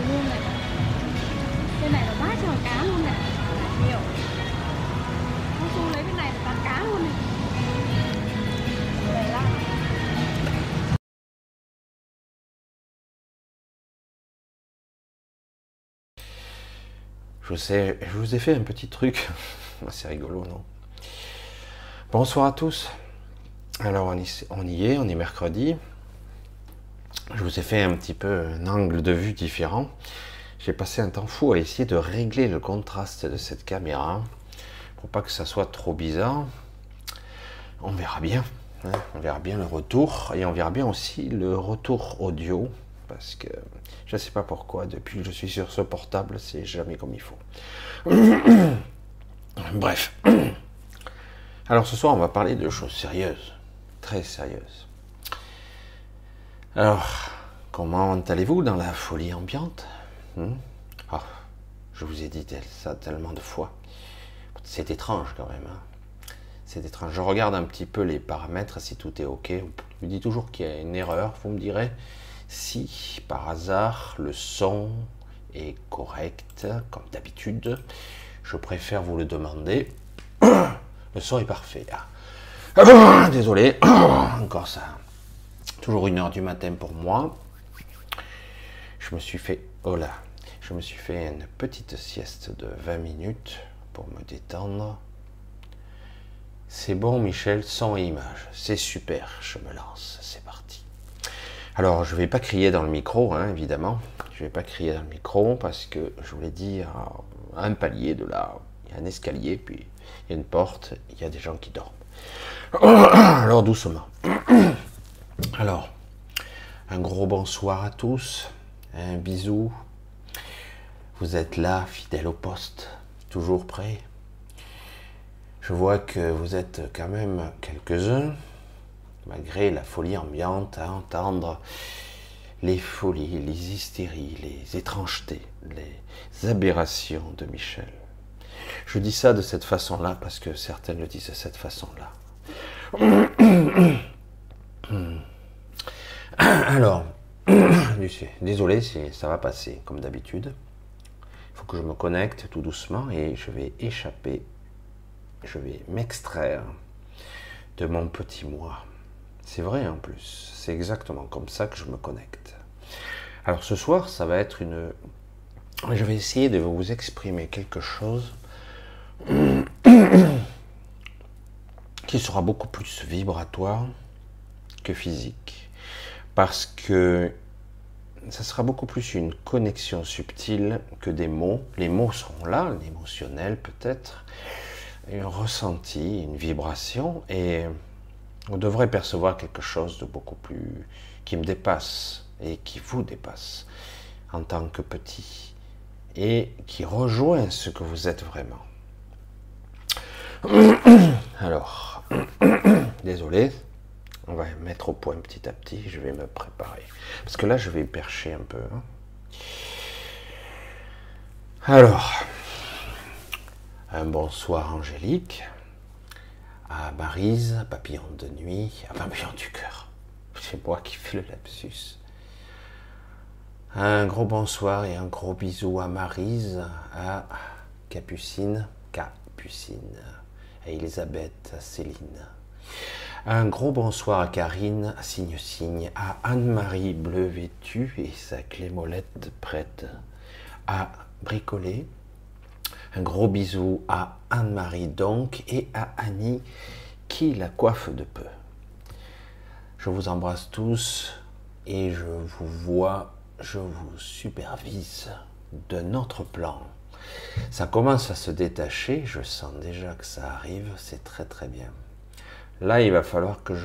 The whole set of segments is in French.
luôn này. Bên này là quá trời cá luôn này. Nhiều. Con Su lấy bên này là toàn cá luôn này. Đây là Je vous ai fait un petit truc, c'est rigolo, non? Bonsoir à tous. Alors on y est, on est mercredi. Je vous ai fait un petit peu un angle de vue différent. J'ai passé un temps fou à essayer de régler le contraste de cette caméra pour pas que ça soit trop bizarre. On verra bien, hein, on verra bien le retour et on verra bien aussi le retour audio parce que je ne sais pas pourquoi depuis que je suis sur ce portable c'est jamais comme il faut. Bref. Alors ce soir on va parler de choses sérieuses, très sérieuses. Alors comment allez-vous dans la folie ambiante? Oh, je vous ai dit ça tellement de fois. C'est étrange quand même. Hein. C'est étrange. Je regarde un petit peu les paramètres, si tout est OK. Je me dis toujours qu'il y a une erreur. Vous me direz si par hasard le son est correct, comme d'habitude. Je préfère vous le demander. Le son est parfait. Ah. Désolé. Encore ça. Toujours 1h du matin pour moi. Je me suis fait... Oh là. Je me suis fait une petite sieste de 20 minutes pour me détendre. C'est bon, Michel, son et image. C'est super, je me lance, c'est parti. Alors, je ne vais pas crier dans le micro, hein, évidemment. Je ne vais pas crier dans le micro parce que, je vous l'ai dit, à un palier de là, il y a un escalier, puis il y a une porte, il y a des gens qui dorment. Alors, doucement. Alors, un gros bonsoir à tous, un bisou. Vous êtes là, fidèle au poste, toujours prêt. Je vois que vous êtes quand même quelques-uns, malgré la folie ambiante, à entendre les folies, les hystéries, les étrangetés, les aberrations de Michel. Je dis ça de cette façon-là parce que certains le disent de cette façon-là. Alors, désolé, ça va passer comme d'habitude. Il faut que je me connecte tout doucement et je vais échapper. Je vais m'extraire de mon petit moi. C'est vrai en plus, c'est exactement comme ça que je me connecte. Alors ce soir, ça va être une... Je vais essayer de vous exprimer quelque chose qui sera beaucoup plus vibratoire que physique. Parce que ça sera beaucoup plus une connexion subtile que des mots. Les mots seront là, l'émotionnel peut-être, un ressenti, une vibration, et on devrait percevoir quelque chose de beaucoup plus qui me dépasse et qui vous dépasse en tant que petit et qui rejoint ce que vous êtes vraiment. Alors, désolé, on va mettre au point petit à petit, je vais me préparer parce que là je vais percher un peu. Hein. Alors, un bonsoir Angélique, à Maryse, papillon de nuit, à papillon du cœur. C'est moi qui fais le lapsus. Un gros bonsoir et un gros bisou à Maryse, à Capucine, à Elisabeth, à Céline. Un gros bonsoir à Karine, à Signe, à Anne-Marie bleu vêtue et sa clé molette prête à bricoler. Un gros bisou à Anne-Marie donc et à Annie qui la coiffe de peu. Je vous embrasse tous et je vous vois, je vous supervise d'un autre plan. Ça commence à se détacher, je sens déjà que ça arrive, c'est très très bien. Là, il va falloir que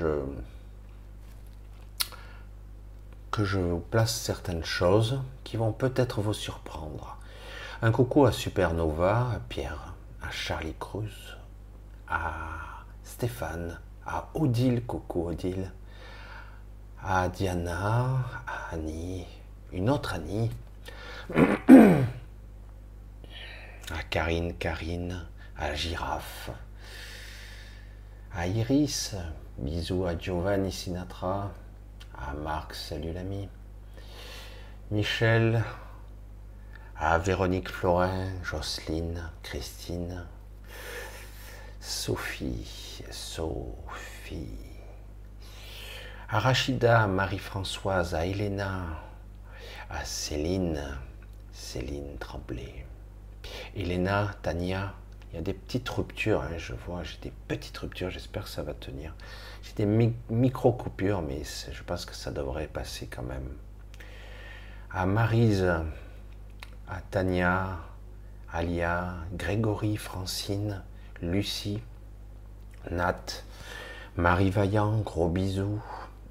je vous place certaines choses qui vont peut-être vous surprendre. Un coucou à Supernova, à Pierre, à Charlie Cruz, à Stéphane, à Odile, coucou Odile, à Diana, à Annie, une autre Annie, à Karine, à Girafe, à Iris, bisous à Giovanni Sinatra, à Marc, salut l'ami, Michel, à Véronique Florin, Jocelyne, Christine, Sophie, à Rachida, Marie-Françoise, à Elena, à Céline Tremblay, Elena, Tania. Il y a des petites ruptures, hein, je vois, j'ai des petites ruptures, j'espère que ça va tenir. J'ai des micro-coupures, mais je pense que ça devrait passer quand même. À Maryse, à Tania, Alia, Grégory, Francine, Lucie, Nat, Marie Vaillant, gros bisous.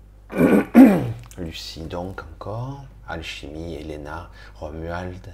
Lucie donc encore, Alchimie, Elena, Romuald.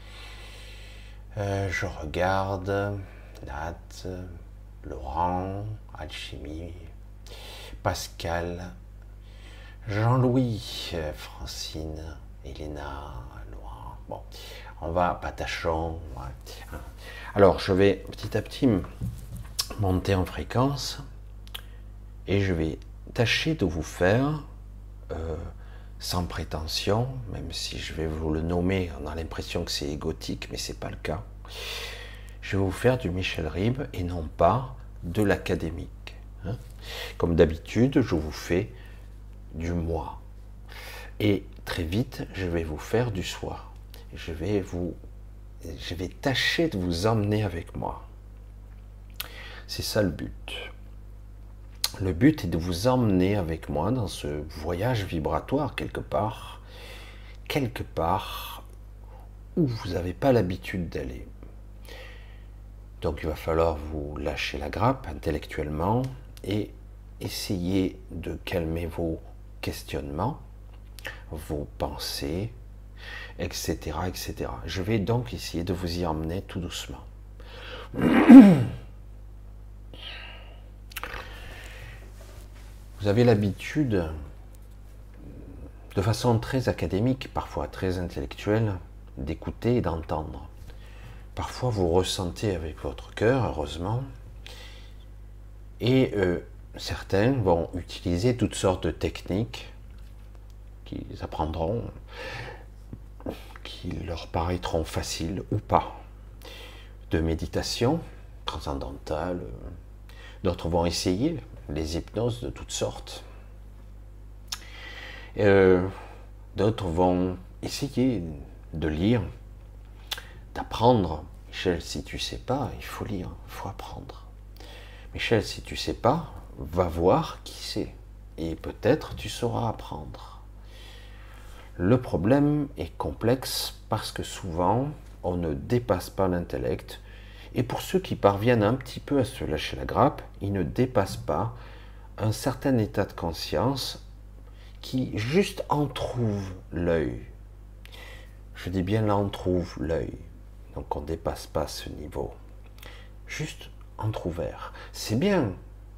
Je regarde, Nat, Laurent, Alchimie, Pascal, Jean-Louis, Francine, Elena, Laurent. Bon, on va, Patachon. Ouais. Alors, je vais petit à petit monter en fréquence et je vais tâcher de vous faire, sans prétention, même si je vais vous le nommer, on a l'impression que c'est égotique, mais c'est pas le cas. Je vais vous faire du Michel Ribes et non pas de l'académique. Hein. Comme d'habitude, je vous fais du moi. Et très vite, je vais vous faire du soi. Je vais tâcher de vous emmener avec moi. C'est ça le but. Le but est de vous emmener avec moi dans ce voyage vibratoire quelque part où vous n'avez pas l'habitude d'aller. Donc il va falloir vous lâcher la grappe intellectuellement et essayer de calmer vos questionnements, vos pensées, etc., etc. Je vais donc essayer de vous y emmener tout doucement. Vous avez l'habitude, de façon très académique, parfois très intellectuelle, d'écouter et d'entendre. Parfois vous ressentez avec votre cœur, heureusement, et certains vont utiliser toutes sortes de techniques qu'ils apprendront, qui leur paraîtront faciles ou pas, de méditation transcendantale. D'autres vont essayer les hypnoses de toutes sortes. D'autres vont essayer de lire, d'apprendre. Michel, si tu sais pas, il faut lire, il faut apprendre. Michel, si tu sais pas, va voir qui sait. Et peut-être tu sauras apprendre. Le problème est complexe parce que souvent, on ne dépasse pas l'intellect. Et pour ceux qui parviennent un petit peu à se lâcher la grappe, ils ne dépassent pas un certain état de conscience qui juste entrouve l'œil. Je dis bien l'entrouve l'œil. Donc on ne dépasse pas ce niveau. Juste entrouvert. C'est bien.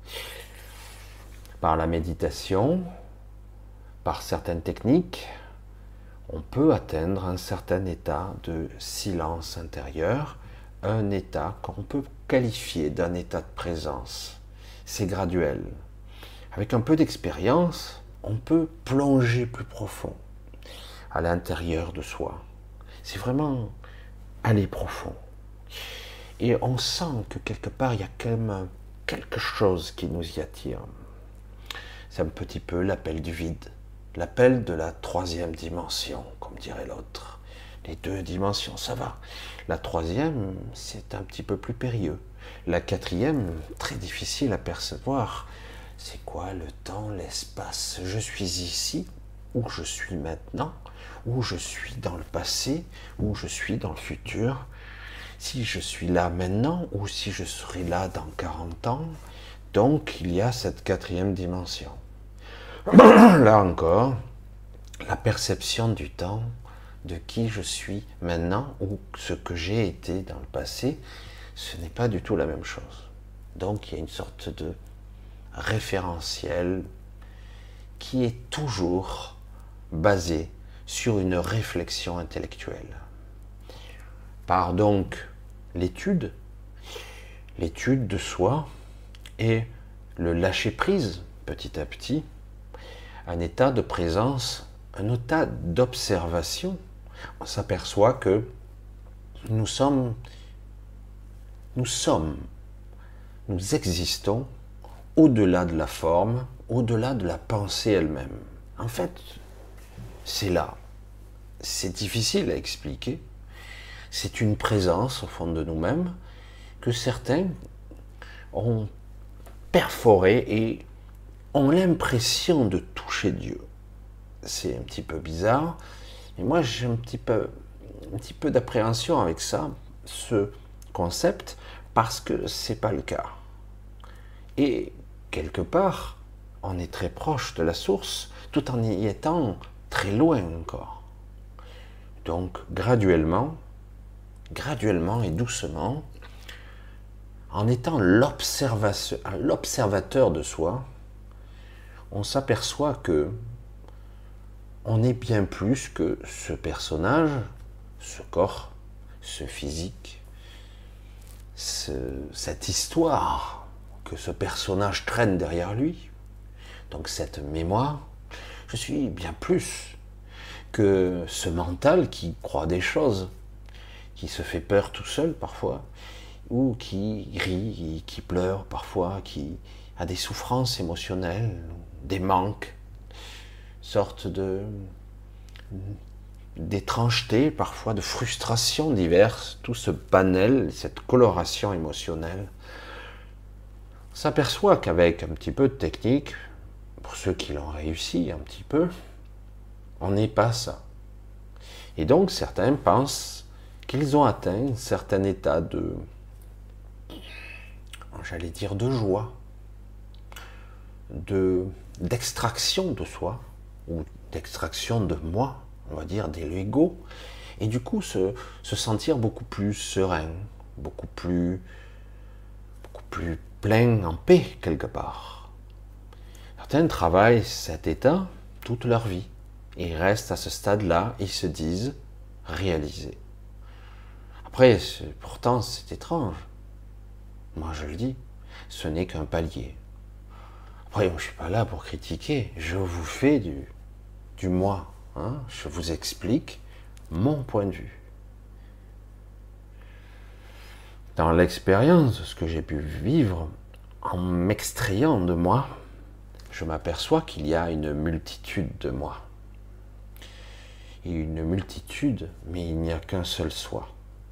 Par la méditation, par certaines techniques, on peut atteindre un certain état de silence intérieur, un état qu'on peut qualifier d'un état de présence. C'est graduel. Avec un peu d'expérience, on peut plonger plus profond à l'intérieur de soi. C'est vraiment aller profond. Et on sent que quelque part, il y a quand même quelque chose qui nous y attire. C'est un petit peu l'appel du vide, l'appel de la troisième dimension, comme dirait l'autre. Les deux dimensions, ça va. La troisième, c'est un petit peu plus périlleux. La quatrième, très difficile à percevoir. C'est quoi le temps, l'espace? Je suis ici, où je suis maintenant, où je suis dans le passé, où je suis dans le futur. Si je suis là maintenant, ou si je serai là dans 40 ans. Donc, il y a cette quatrième dimension. Là encore, la perception du temps, de qui je suis maintenant ou ce que j'ai été dans le passé, ce n'est pas du tout la même chose. Donc il y a une sorte de référentiel qui est toujours basé sur une réflexion intellectuelle. Par donc l'étude de soi et le lâcher-prise petit à petit, un état de présence, un état d'observation. On s'aperçoit que nous sommes, nous existons au-delà de la forme, au-delà de la pensée elle-même. En fait, c'est là. C'est difficile à expliquer. C'est une présence au fond de nous-mêmes que certains ont perforé et ont l'impression de toucher Dieu. C'est un petit peu bizarre. Et moi, j'ai un petit peu d'appréhension avec ça, ce concept, parce que c'est pas le cas. Et quelque part, on est très proche de la source, tout en y étant très loin encore. Donc, graduellement et doucement, en étant l'observateur de soi, on s'aperçoit que on est bien plus que ce personnage, ce corps, ce physique, cette histoire que ce personnage traîne derrière lui. Donc cette mémoire, je suis bien plus que ce mental qui croit des choses, qui se fait peur tout seul parfois, ou qui rit, qui pleure parfois, qui a des souffrances émotionnelles, des manques, sorte d'étrangeté, parfois de frustrations diverses, tout ce panel, cette coloration émotionnelle. On s'aperçoit qu'avec un petit peu de technique, pour ceux qui l'ont réussi un petit peu, on n'est pas ça. Et donc certains pensent qu'ils ont atteint un certain état de, j'allais dire, de joie, d'extraction de soi, ou d'extraction de moi, on va dire, de l'ego, et du coup se sentir beaucoup plus serein, beaucoup plus plein, en paix quelque part. Certains travaillent cet état toute leur vie, et restent à ce stade-là, ils se disent réalisés. Après, pourtant c'est étrange, moi je le dis, ce n'est qu'un palier. Après, je ne suis pas là pour critiquer, je vous fais du moi, hein, je vous explique mon point de vue. Dans l'expérience, ce que j'ai pu vivre, en m'extrayant de moi, je m'aperçois qu'il y a une multitude de moi. Et une multitude, mais il n'y a qu'un seul soi.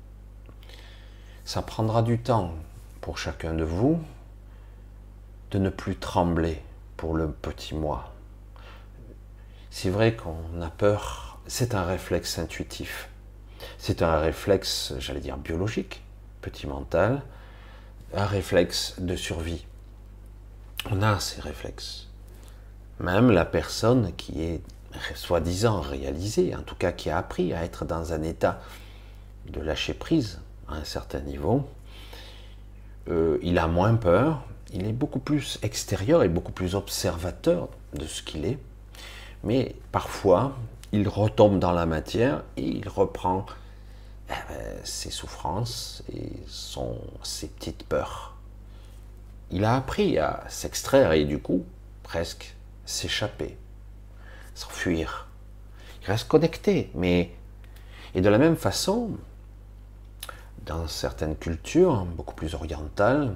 Ça prendra du temps pour chacun de vous de ne plus trembler pour le petit moi. C'est vrai qu'on a peur, c'est un réflexe intuitif. C'est un réflexe, j'allais dire biologique, petit mental, un réflexe de survie. On a ces réflexes. Même la personne qui est soi-disant réalisée, en tout cas qui a appris à être dans un état de lâcher prise à un certain niveau, il a moins peur, il est beaucoup plus extérieur et beaucoup plus observateur de ce qu'il est, mais parfois il retombe dans la matière et il reprend ses souffrances et ses petites peurs. Il a appris à s'extraire et du coup presque s'échapper, s'enfuir. Il reste connecté, mais et de la même façon, dans certaines cultures beaucoup plus orientales,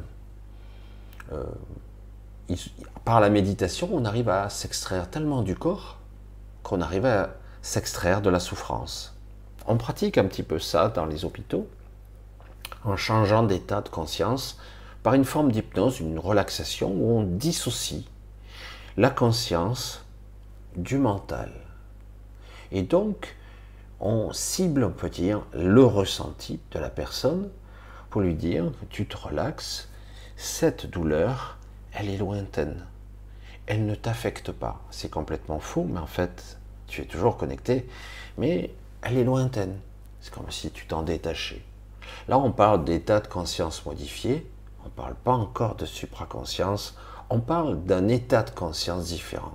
par la méditation, on arrive à s'extraire tellement du corps qu'on arrive à s'extraire de la souffrance. On pratique un petit peu ça dans les hôpitaux, en changeant d'état de conscience par une forme d'hypnose, une relaxation où on dissocie la conscience du mental. Et donc, on cible, on peut dire, le ressenti de la personne pour lui dire, tu te relaxes, cette douleur, elle est lointaine, elle ne t'affecte pas. C'est complètement faux, mais en fait, tu es toujours connecté, mais elle est lointaine. C'est comme si tu t'en détachais. Là, on parle d'état de conscience modifié, on ne parle pas encore de supraconscience, on parle d'un état de conscience différent.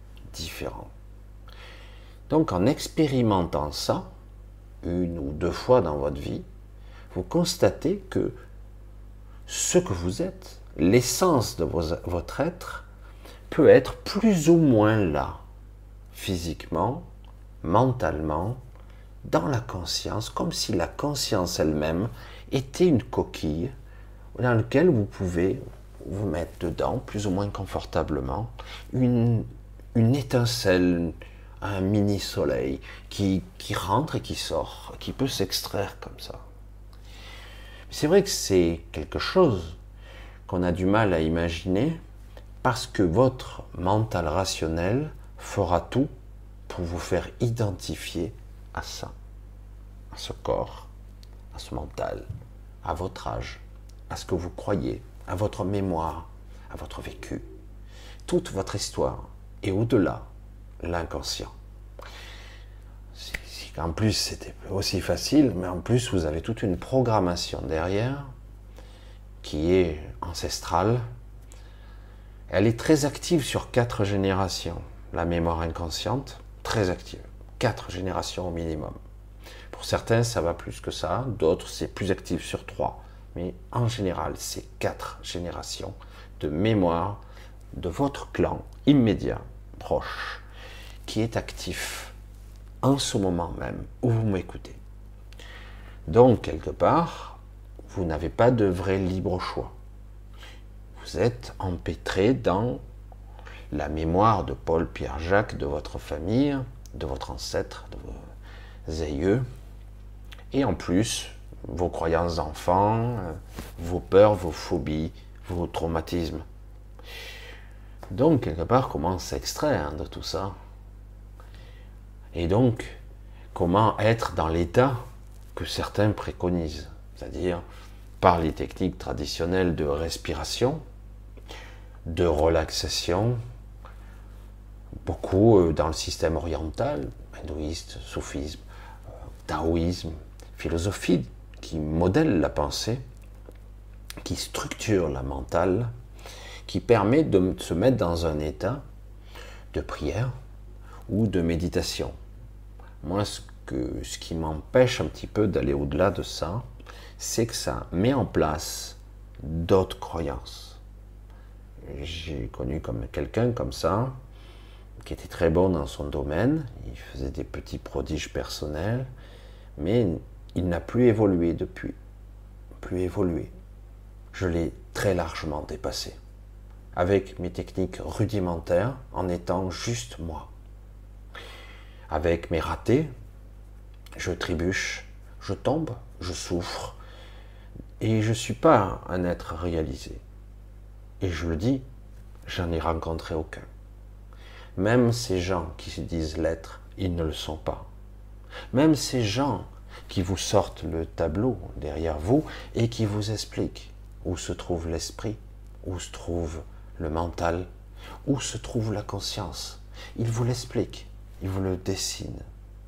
Donc, en expérimentant ça, une ou deux fois dans votre vie, vous constatez que ce que vous êtes, l'essence de votre être, peut être plus ou moins là, physiquement, mentalement, dans la conscience, comme si la conscience elle-même était une coquille dans laquelle vous pouvez vous mettre dedans, plus ou moins confortablement, une étincelle, un mini-soleil qui rentre et qui sort, qui peut s'extraire comme ça. C'est vrai que c'est quelque chose qu'on a du mal à imaginer parce que votre mental rationnel fera tout pour vous faire identifier à ça, à ce corps, à ce mental, à votre âge, à ce que vous croyez, à votre mémoire, à votre vécu, toute votre histoire et au-delà, l'inconscient. En plus, c'était aussi facile, mais en plus, vous avez toute une programmation derrière qui est ancestrale. Elle est très active sur 4 générations. La mémoire inconsciente, très active. 4 générations au minimum. Pour certains, ça va plus que ça. D'autres, c'est plus actif sur 3. Mais en général, c'est 4 générations de mémoire de votre clan immédiat, proche, qui est actif en ce moment même où vous m'écoutez. Donc, quelque part, vous n'avez pas de vrai libre choix. Vous êtes empêtré dans la mémoire de Paul, Pierre, Jacques, de votre famille, de votre ancêtre, de vos aïeux, et en plus, vos croyances d'enfant, vos peurs, vos phobies, vos traumatismes. Donc, quelque part, comment s'extraire de tout ça? Et donc, comment être dans l'état que certains préconisent, c'est-à-dire par les techniques traditionnelles de respiration, de relaxation, beaucoup dans le système oriental, hindouiste, soufisme, taoïsme, philosophie qui modèle la pensée, qui structure la mentale, qui permet de se mettre dans un état de prière ou de méditation. Moi, ce qui m'empêche un petit peu d'aller au-delà de ça, c'est que ça met en place d'autres croyances. J'ai connu quelqu'un comme ça, qui était très bon dans son domaine, il faisait des petits prodiges personnels, mais il n'a plus évolué depuis. Plus évolué. Je l'ai très largement dépassé. Avec mes techniques rudimentaires, en étant juste moi. Avec mes ratés, je trébuche, je tombe, je souffre, et je ne suis pas un être réalisé. Et je le dis, j'en ai rencontré aucun. Même ces gens qui se disent l'être, ils ne le sont pas. Même ces gens qui vous sortent le tableau derrière vous et qui vous expliquent où se trouve l'esprit, où se trouve le mental, où se trouve la conscience. Ils vous l'expliquent, ils vous le dessinent.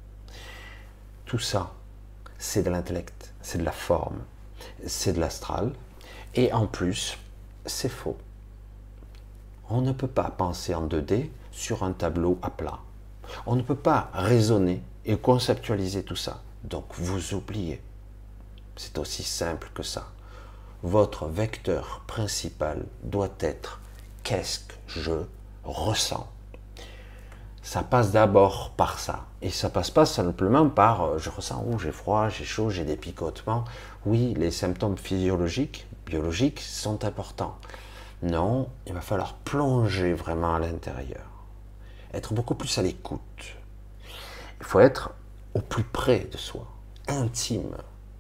Tout ça, c'est de l'intellect, c'est de la forme, c'est de l'astral, et en plus, c'est faux. On ne peut pas penser en 2D sur un tableau à plat. On ne peut pas raisonner et conceptualiser tout ça. Donc vous oubliez. C'est aussi simple que ça. Votre vecteur principal doit être qu'est-ce que je ressens. Ça passe d'abord par ça. Et ça passe pas simplement par je ressens, j'ai froid, j'ai chaud, j'ai des picotements. Oui, les symptômes physiologiques, biologiques sont importants. Non, il va falloir plonger vraiment à l'intérieur. Être beaucoup plus à l'écoute. Il faut être au plus près de soi, intime.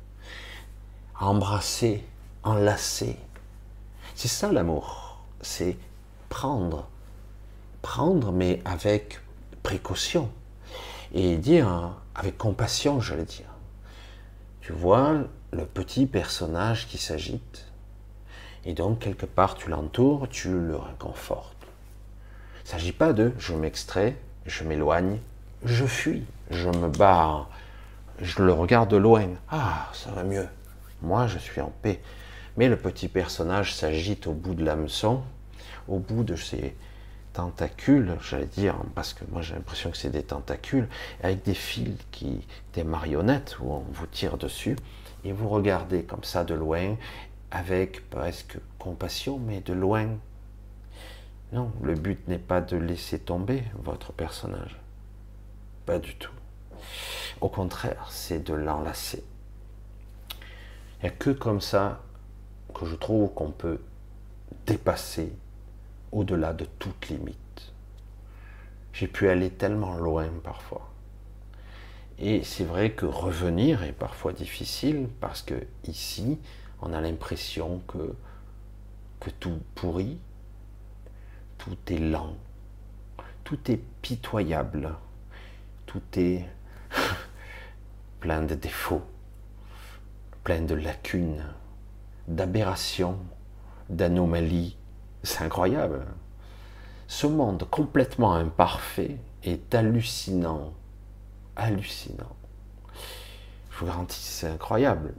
Embrasser, enlacer. C'est ça l'amour. C'est prendre. Prendre, mais avec précaution. Et dire, avec compassion, j'allais dire. Tu vois le petit personnage qui s'agite. Et donc, quelque part, tu l'entoures, tu le réconfortes. Il ne s'agit pas de je m'extrais, je m'éloigne, je fuis, je me barre, je le regarde de loin. Ah, ça va mieux. Moi, je suis en paix. Mais le petit personnage s'agite au bout de l'hameçon, au bout de ses tentacules, j'allais dire, parce que moi j'ai l'impression que c'est des tentacules, avec des fils des marionnettes où on vous tire dessus, et vous regardez comme ça de loin, avec presque compassion, mais de loin. Non, le but n'est pas de laisser tomber votre personnage. Pas du tout. Au contraire, c'est de l'enlacer. Il n'y a que comme ça que je trouve qu'on peut dépasser au-delà de toute limite. J'ai pu aller tellement loin parfois. Et c'est vrai que revenir est parfois difficile parce que ici, on a l'impression que tout pourrit, tout est lent, tout est pitoyable, tout est plein de défauts, plein de lacunes, d'aberrations, d'anomalies. C'est incroyable. Ce monde complètement imparfait est hallucinant. Hallucinant. Je vous garantis, c'est incroyable.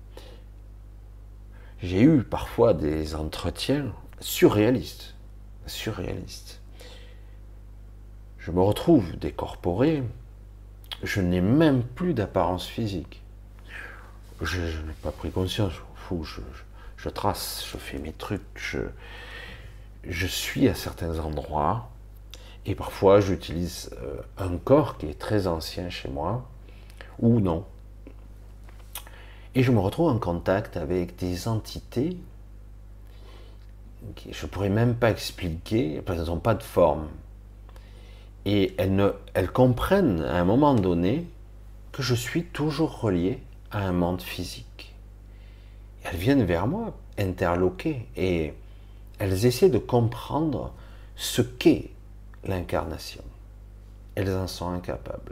J'ai eu parfois des entretiens surréalistes. Surréalistes. Je me retrouve décorporé. Je n'ai même plus d'apparence physique. Je n'ai pas pris conscience. Je trace, je fais mes trucs, je suis à certains endroits et parfois j'utilise un corps qui est très ancien chez moi ou non. Et je me retrouve en contact avec des entités que je ne pourrais même pas expliquer parce qu'elles n'ont pas de forme. Et elles comprennent à un moment donné que je suis toujours relié à un monde physique. Elles viennent vers moi, interloquées, et elles essaient de comprendre ce qu'est l'incarnation. Elles en sont incapables.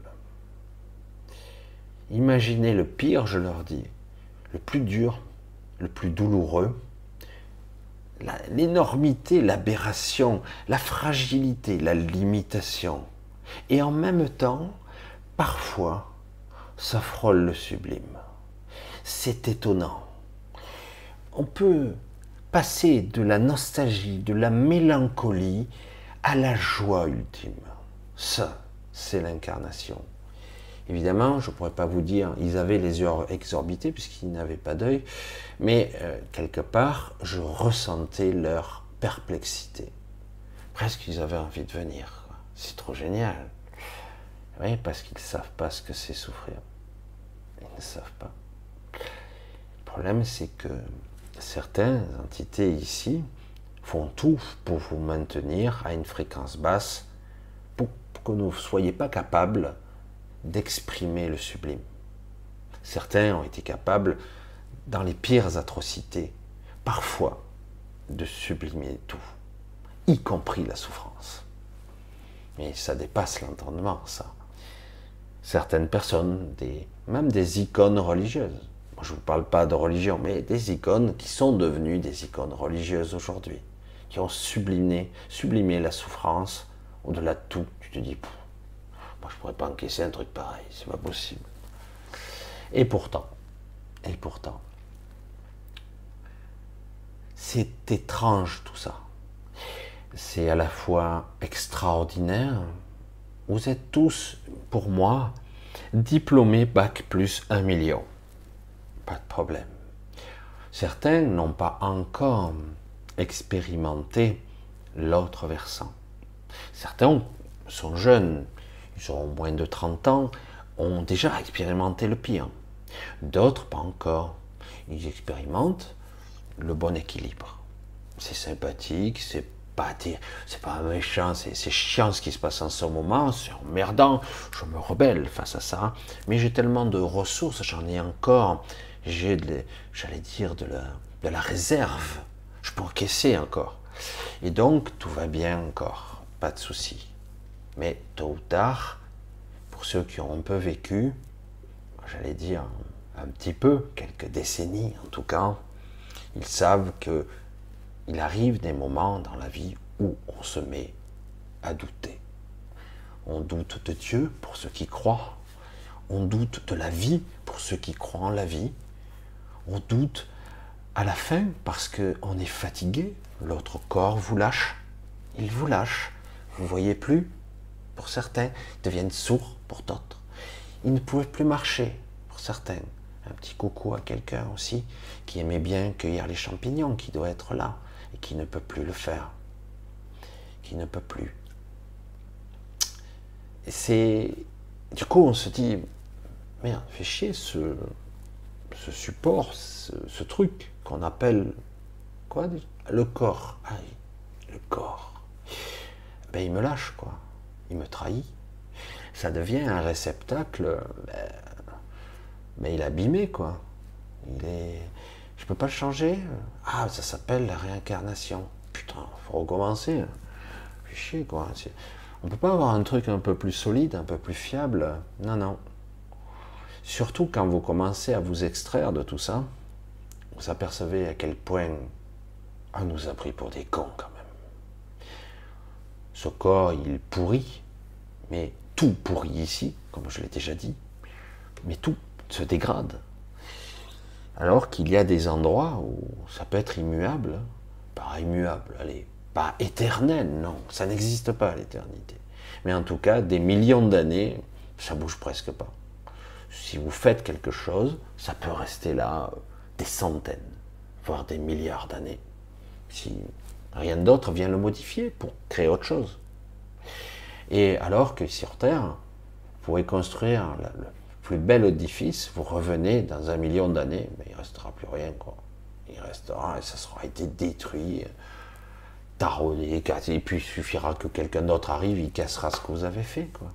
Imaginez le pire, je leur dis, le plus dur, le plus douloureux, l'énormité, l'aberration, la fragilité, la limitation. Et en même temps, parfois, ça frôle le sublime. C'est étonnant. On peut passer de la nostalgie, de la mélancolie à la joie ultime. Ça, c'est l'incarnation. Évidemment, je ne pourrais pas vous dire, ils avaient les yeux exorbités puisqu'ils n'avaient pas d'œil, mais quelque part, je ressentais leur perplexité. Presque ils avaient envie de venir. C'est trop génial. Oui, parce qu'ils ne savent pas ce que c'est souffrir. Ils ne savent pas. Le problème, c'est que certaines entités ici font tout pour vous maintenir à une fréquence basse pour que vous ne soyez pas capables d'exprimer le sublime. Certains ont été capables, dans les pires atrocités, parfois, de sublimer tout, y compris la souffrance. Mais ça dépasse l'entendement, ça. Certaines personnes, même des icônes religieuses, moi, je ne vous parle pas de religion, mais des icônes qui sont devenues des icônes religieuses aujourd'hui, qui ont sublimé la souffrance au-delà de tout. Tu te dis, moi je pourrais pas encaisser un truc pareil, c'est pas possible. Et pourtant, c'est étrange tout ça. C'est à la fois extraordinaire. Vous êtes tous, pour moi, diplômés bac plus 1 million. Pas de problème. Certains n'ont pas encore expérimenté l'autre versant. Certains sont jeunes, ils ont moins de 30 ans, ont déjà expérimenté le pire. D'autres, pas encore. Ils expérimentent le bon équilibre. C'est sympathique, c'est pas méchant, c'est chiant ce qui se passe en ce moment, c'est emmerdant, je me rebelle face à ça, mais j'ai tellement de ressources, j'en ai encore, j'ai, j'allais dire, de la réserve, je peux encaisser encore. Et donc, tout va bien encore, pas de souci. Mais tôt ou tard, pour ceux qui ont un peu vécu, j'allais dire un petit peu, quelques décennies en tout cas, ils savent que il arrive des moments dans la vie où on se met à douter. On doute de Dieu pour ceux qui croient. On doute de la vie pour ceux qui croient en la vie. On doute à la fin parce qu'on est fatigué. L'autre corps vous lâche. Il vous lâche. Vous ne voyez plus pour certains. Ils deviennent sourds pour d'autres. Ils ne pouvaient plus marcher pour certains. Un petit coucou à quelqu'un aussi qui aimait bien cueillir les champignons, qui doit être là et qui ne peut plus le faire. Qui ne peut plus. Et c'est... Du coup, on se dit, merde, fait chier ce support, ce truc qu'on appelle quoi déjà, le corps. Ah, le corps. Ben il me lâche quoi, il me trahit. Ça devient un réceptacle, mais il est abîmé quoi. Je peux pas le changer. Ah, ça s'appelle la réincarnation. Putain, faut recommencer. Fait chier quoi. On peut pas avoir un truc un peu plus solide, un peu plus fiable. Non, non. Surtout quand vous commencez à vous extraire de tout ça, vous apercevez à quel point on nous a pris pour des cons quand même. Ce corps, il pourrit, mais tout pourrit ici, comme je l'ai déjà dit, mais tout se dégrade. Alors qu'il y a des endroits où ça peut être immuable, pas immuable, allez, pas éternel, non, ça n'existe pas l'éternité. Mais en tout cas, des millions d'années, ça bouge presque pas. Si vous faites quelque chose, ça peut rester là des centaines, voire des milliards d'années. Si rien d'autre vient le modifier pour créer autre chose. Et alors que sur Terre, vous pouvez construire le plus bel édifice, vous revenez dans 1 million d'années, mais il ne restera plus rien, quoi. Il restera, et ça sera été détruit, taraudé, et puis il suffira que quelqu'un d'autre arrive, il cassera ce que vous avez fait, quoi.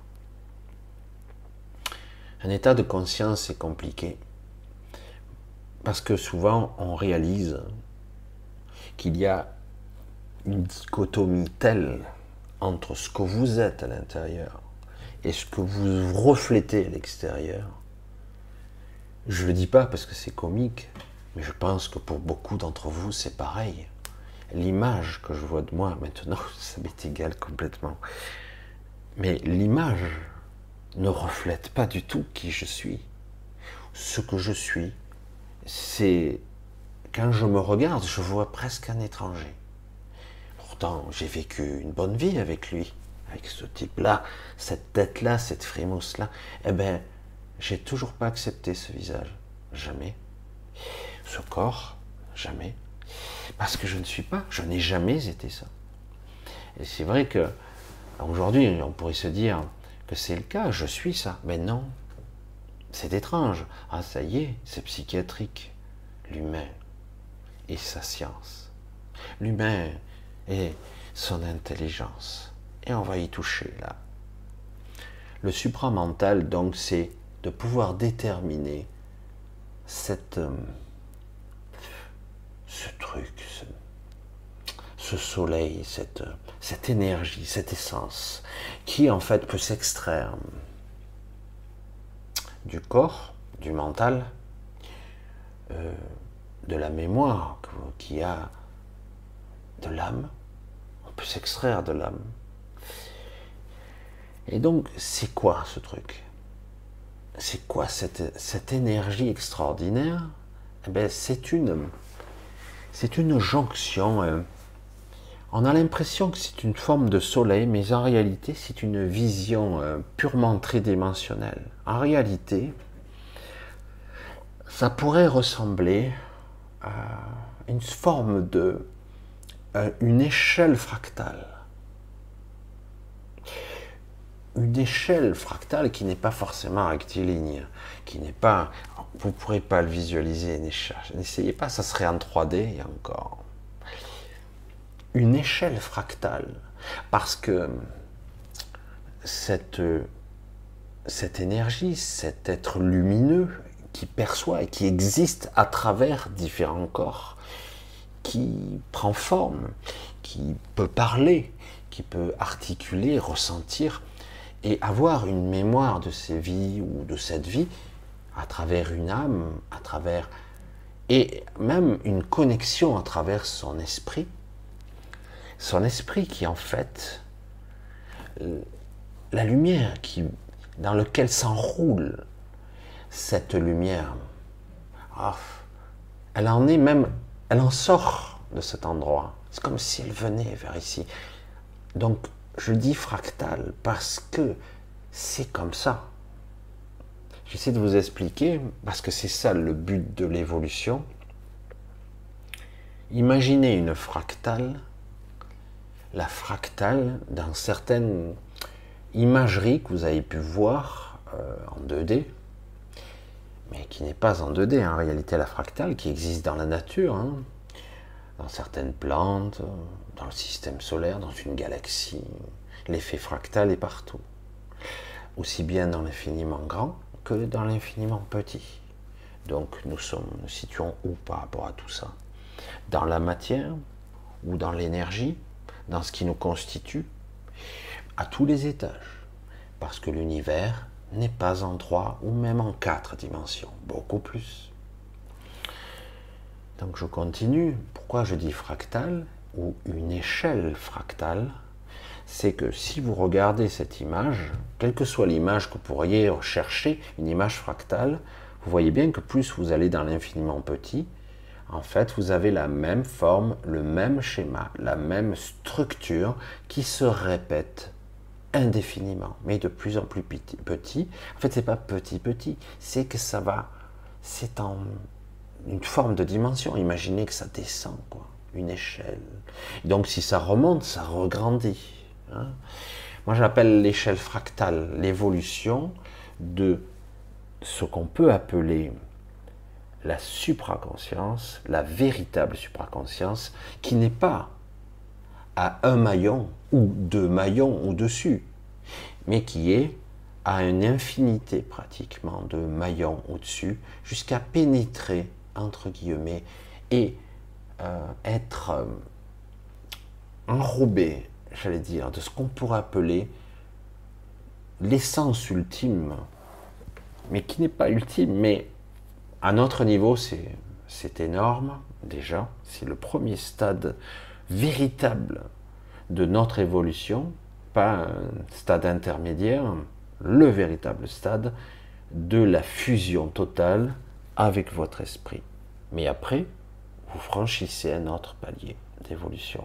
Un état de conscience est compliqué, parce que souvent on réalise qu'il y a une dichotomie telle entre ce que vous êtes à l'intérieur et ce que vous reflétez à l'extérieur. Je ne le dis pas parce que c'est comique, mais je pense que pour beaucoup d'entre vous, c'est pareil. L'image que je vois de moi maintenant, ça m'est égal complètement. Mais l'image ne reflète pas du tout qui je suis. Ce que je suis, c'est... Quand je me regarde, je vois presque un étranger. Pourtant, j'ai vécu une bonne vie avec lui, avec ce type-là, cette tête-là, cette frimousse-là. Eh bien, j'ai toujours pas accepté ce visage. Jamais. Ce corps, jamais. Parce que je ne suis pas, je n'ai jamais été ça. Et c'est vrai que aujourd'hui, on pourrait se dire que c'est le cas, je suis ça. Mais non, c'est étrange. Ah, ça y est, c'est psychiatrique. L'humain et sa science. L'humain et son intelligence. Et on va y toucher là. Le supramental, donc, c'est de pouvoir déterminer ce truc, ce soleil, cette énergie, cette essence, qui en fait peut s'extraire du corps, du mental, de la mémoire, qui a de l'âme. On peut s'extraire de l'âme. Et donc, c'est quoi ce truc? C'est quoi cette énergie extraordinaire? Eh bien, c'est une jonction. On a l'impression que c'est une forme de soleil, mais en réalité, c'est une vision purement tridimensionnelle. En réalité, ça pourrait ressembler à une forme de... une échelle fractale. Une échelle fractale qui n'est pas forcément rectiligne, qui n'est pas... Vous ne pourrez pas le visualiser, n'essayez pas, ça serait en 3D et encore. Une échelle fractale, parce que cette énergie, cet être lumineux qui perçoit et qui existe à travers différents corps, qui prend forme, qui peut parler, qui peut articuler, ressentir, et avoir une mémoire de ces vies ou de cette vie à travers une âme, à travers et même une connexion à travers son esprit qui est en fait la lumière dans laquelle s'enroule cette lumière. Elle en sort de cet endroit. C'est comme si elle venait vers ici. Donc je dis fractal parce que c'est comme ça. J'essaie de vous expliquer, parce que c'est ça le but de l'évolution. Imaginez une fractale, la fractale dans certaines imageries que vous avez pu voir en 2D, mais qui n'est pas en 2D, en réalité la fractale, qui existe dans la nature, hein, dans certaines plantes, dans le système solaire, dans une galaxie. L'effet fractal est partout, aussi bien dans l'infiniment grand que dans l'infiniment petit. Donc nous situons où par rapport à tout ça? Dans la matière ou dans l'énergie, dans ce qui nous constitue, à tous les étages, parce que l'univers n'est pas en 3 ou même en 4 dimensions, beaucoup plus. Donc je continue. Pourquoi je dis fractal ou une échelle fractale? C'est que si vous regardez cette image, quelle que soit l'image que vous pourriez rechercher, une image fractale, vous voyez bien que plus vous allez dans l'infiniment petit, en fait, vous avez la même forme, le même schéma, la même structure qui se répète indéfiniment, mais de plus en plus petit. En fait, c'est pas petit, c'est que ça va, c'est en une forme de dimension. Imaginez que ça descend, quoi, une échelle. Donc, si ça remonte, ça regrandit. Hein. Moi, j'appelle l'échelle fractale l'évolution de ce qu'on peut appeler la supraconscience, la véritable supraconscience, qui n'est pas à un maillon ou 2 maillons au-dessus, mais qui est à une infinité pratiquement de maillons au-dessus, jusqu'à pénétrer, entre guillemets, et être enrobé, j'allais dire, de ce qu'on pourrait appeler l'essence ultime, mais qui n'est pas ultime, mais à notre niveau, c'est énorme, déjà, c'est le premier stade véritable de notre évolution, pas un stade intermédiaire, le véritable stade de la fusion totale avec votre esprit. Mais après, vous franchissez un autre palier d'évolution.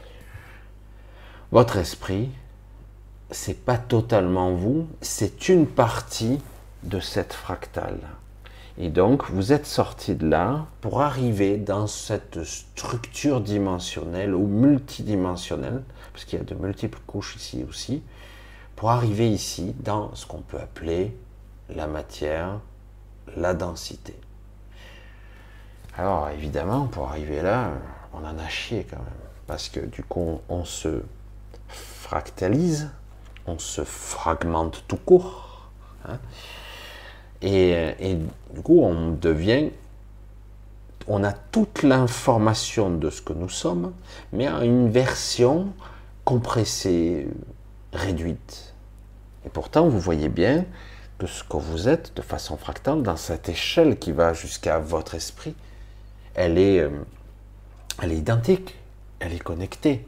Votre esprit, c'est pas totalement vous, c'est une partie de cette fractale. Et donc, vous êtes sorti de là pour arriver dans cette structure dimensionnelle ou multidimensionnelle, parce qu'il y a de multiples couches ici aussi, pour arriver ici dans ce qu'on peut appeler la matière, la densité. Alors, évidemment, pour arriver là, on en a chié quand même, parce que du coup, on se fractalise, on se fragmente tout court, hein. Et du coup, on a toute l'information de ce que nous sommes, mais en une version compressée, réduite. Et pourtant, vous voyez bien que ce que vous êtes, de façon fractale, dans cette échelle qui va jusqu'à votre esprit, elle est identique, elle est connectée.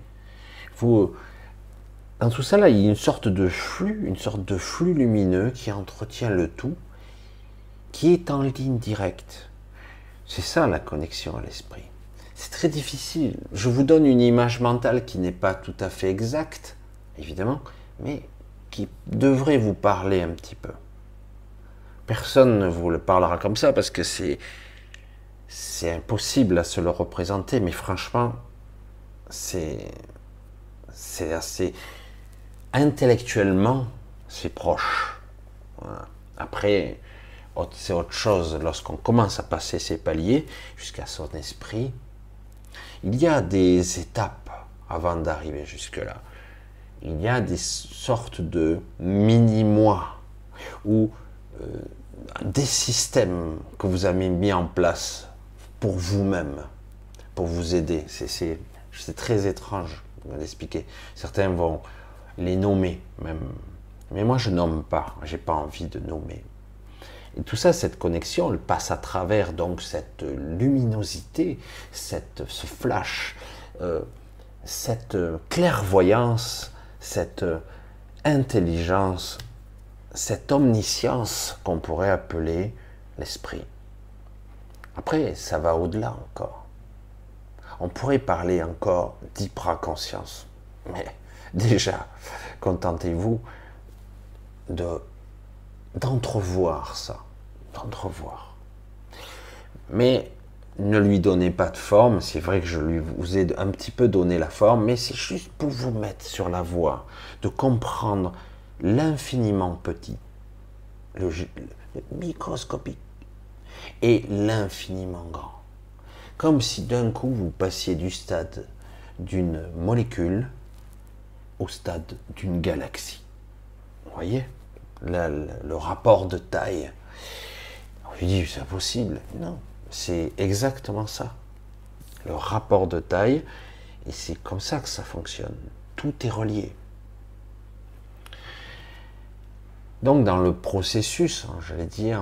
Dans tout ça, là, il y a une sorte de flux lumineux qui entretient le tout, qui est en ligne directe. C'est ça la connexion à l'esprit. C'est très difficile. Je vous donne une image mentale qui n'est pas tout à fait exacte, évidemment, mais qui devrait vous parler un petit peu. Personne ne vous le parlera comme ça parce que c'est impossible à se le représenter, mais franchement, c'est assez intellectuellement, c'est proche. Voilà. Après, c'est autre chose lorsqu'on commence à passer ces paliers jusqu'à son esprit. Il y a des étapes avant d'arriver jusque-là. Il y a des sortes de mini-moi ou des systèmes que vous avez mis en place pour vous-même, pour vous aider. C'est très étrange de l'expliquer. Certains vont les nommer même. Mais moi, je nomme pas. J'ai pas envie de nommer. Et tout ça, cette connexion, elle passe à travers donc cette luminosité, ce flash, cette clairvoyance, cette intelligence, cette omniscience qu'on pourrait appeler l'esprit. Après, ça va au-delà encore. On pourrait parler encore d'hypraconscience. Mais déjà, contentez-vous d'entrevoir ça, d'entrevoir. Mais ne lui donnez pas de forme, c'est vrai que je vous ai un petit peu donné la forme, mais c'est juste pour vous mettre sur la voie, de comprendre l'infiniment petit, le microscopique est l'infiniment grand. Comme si d'un coup vous passiez du stade d'une molécule au stade d'une galaxie. Vous voyez là, le rapport de taille. On lui dit c'est impossible. Non, c'est exactement ça. Le rapport de taille, et c'est comme ça que ça fonctionne. Tout est relié. Donc dans le processus, j'allais dire,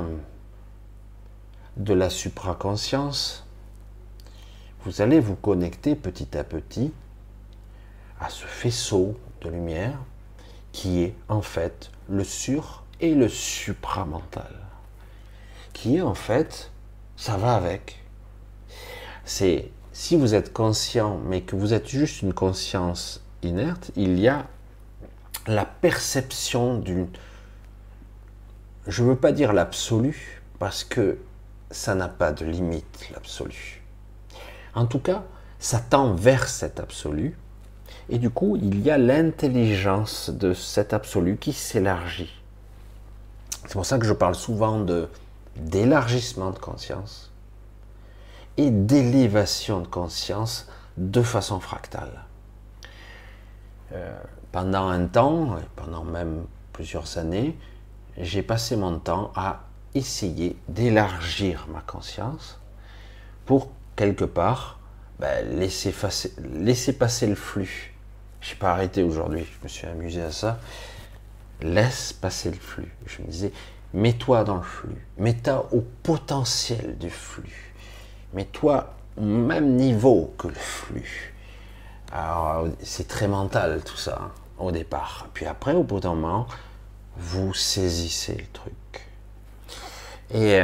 de la supraconscience, vous allez vous connecter petit à petit à ce faisceau de lumière qui est en fait le sur et le supramental. Qui est en fait, ça va avec. C'est, si vous êtes conscient, mais que vous êtes juste une conscience inerte, il y a la perception d'une... Je ne veux pas dire l'absolu, parce que ça n'a pas de limite, l'absolu. En tout cas, ça tend vers cet absolu, et du coup, il y a l'intelligence de cet absolu qui s'élargit. C'est pour ça que je parle souvent d'élargissement de conscience et d'élévation de conscience de façon fractale. Pendant un temps, pendant même plusieurs années, j'ai passé mon temps à essayer d'élargir ma conscience pour, quelque part, laisser passer le flux. Je n'ai pas arrêté aujourd'hui, je me suis amusé à ça. Laisse passer le flux. Je me disais, mets-toi dans le flux, mets-toi au potentiel du flux, mets-toi au même niveau que le flux. Alors, c'est très mental tout ça, hein, au départ. Puis après, au bout d'un moment, vous saisissez le truc. Et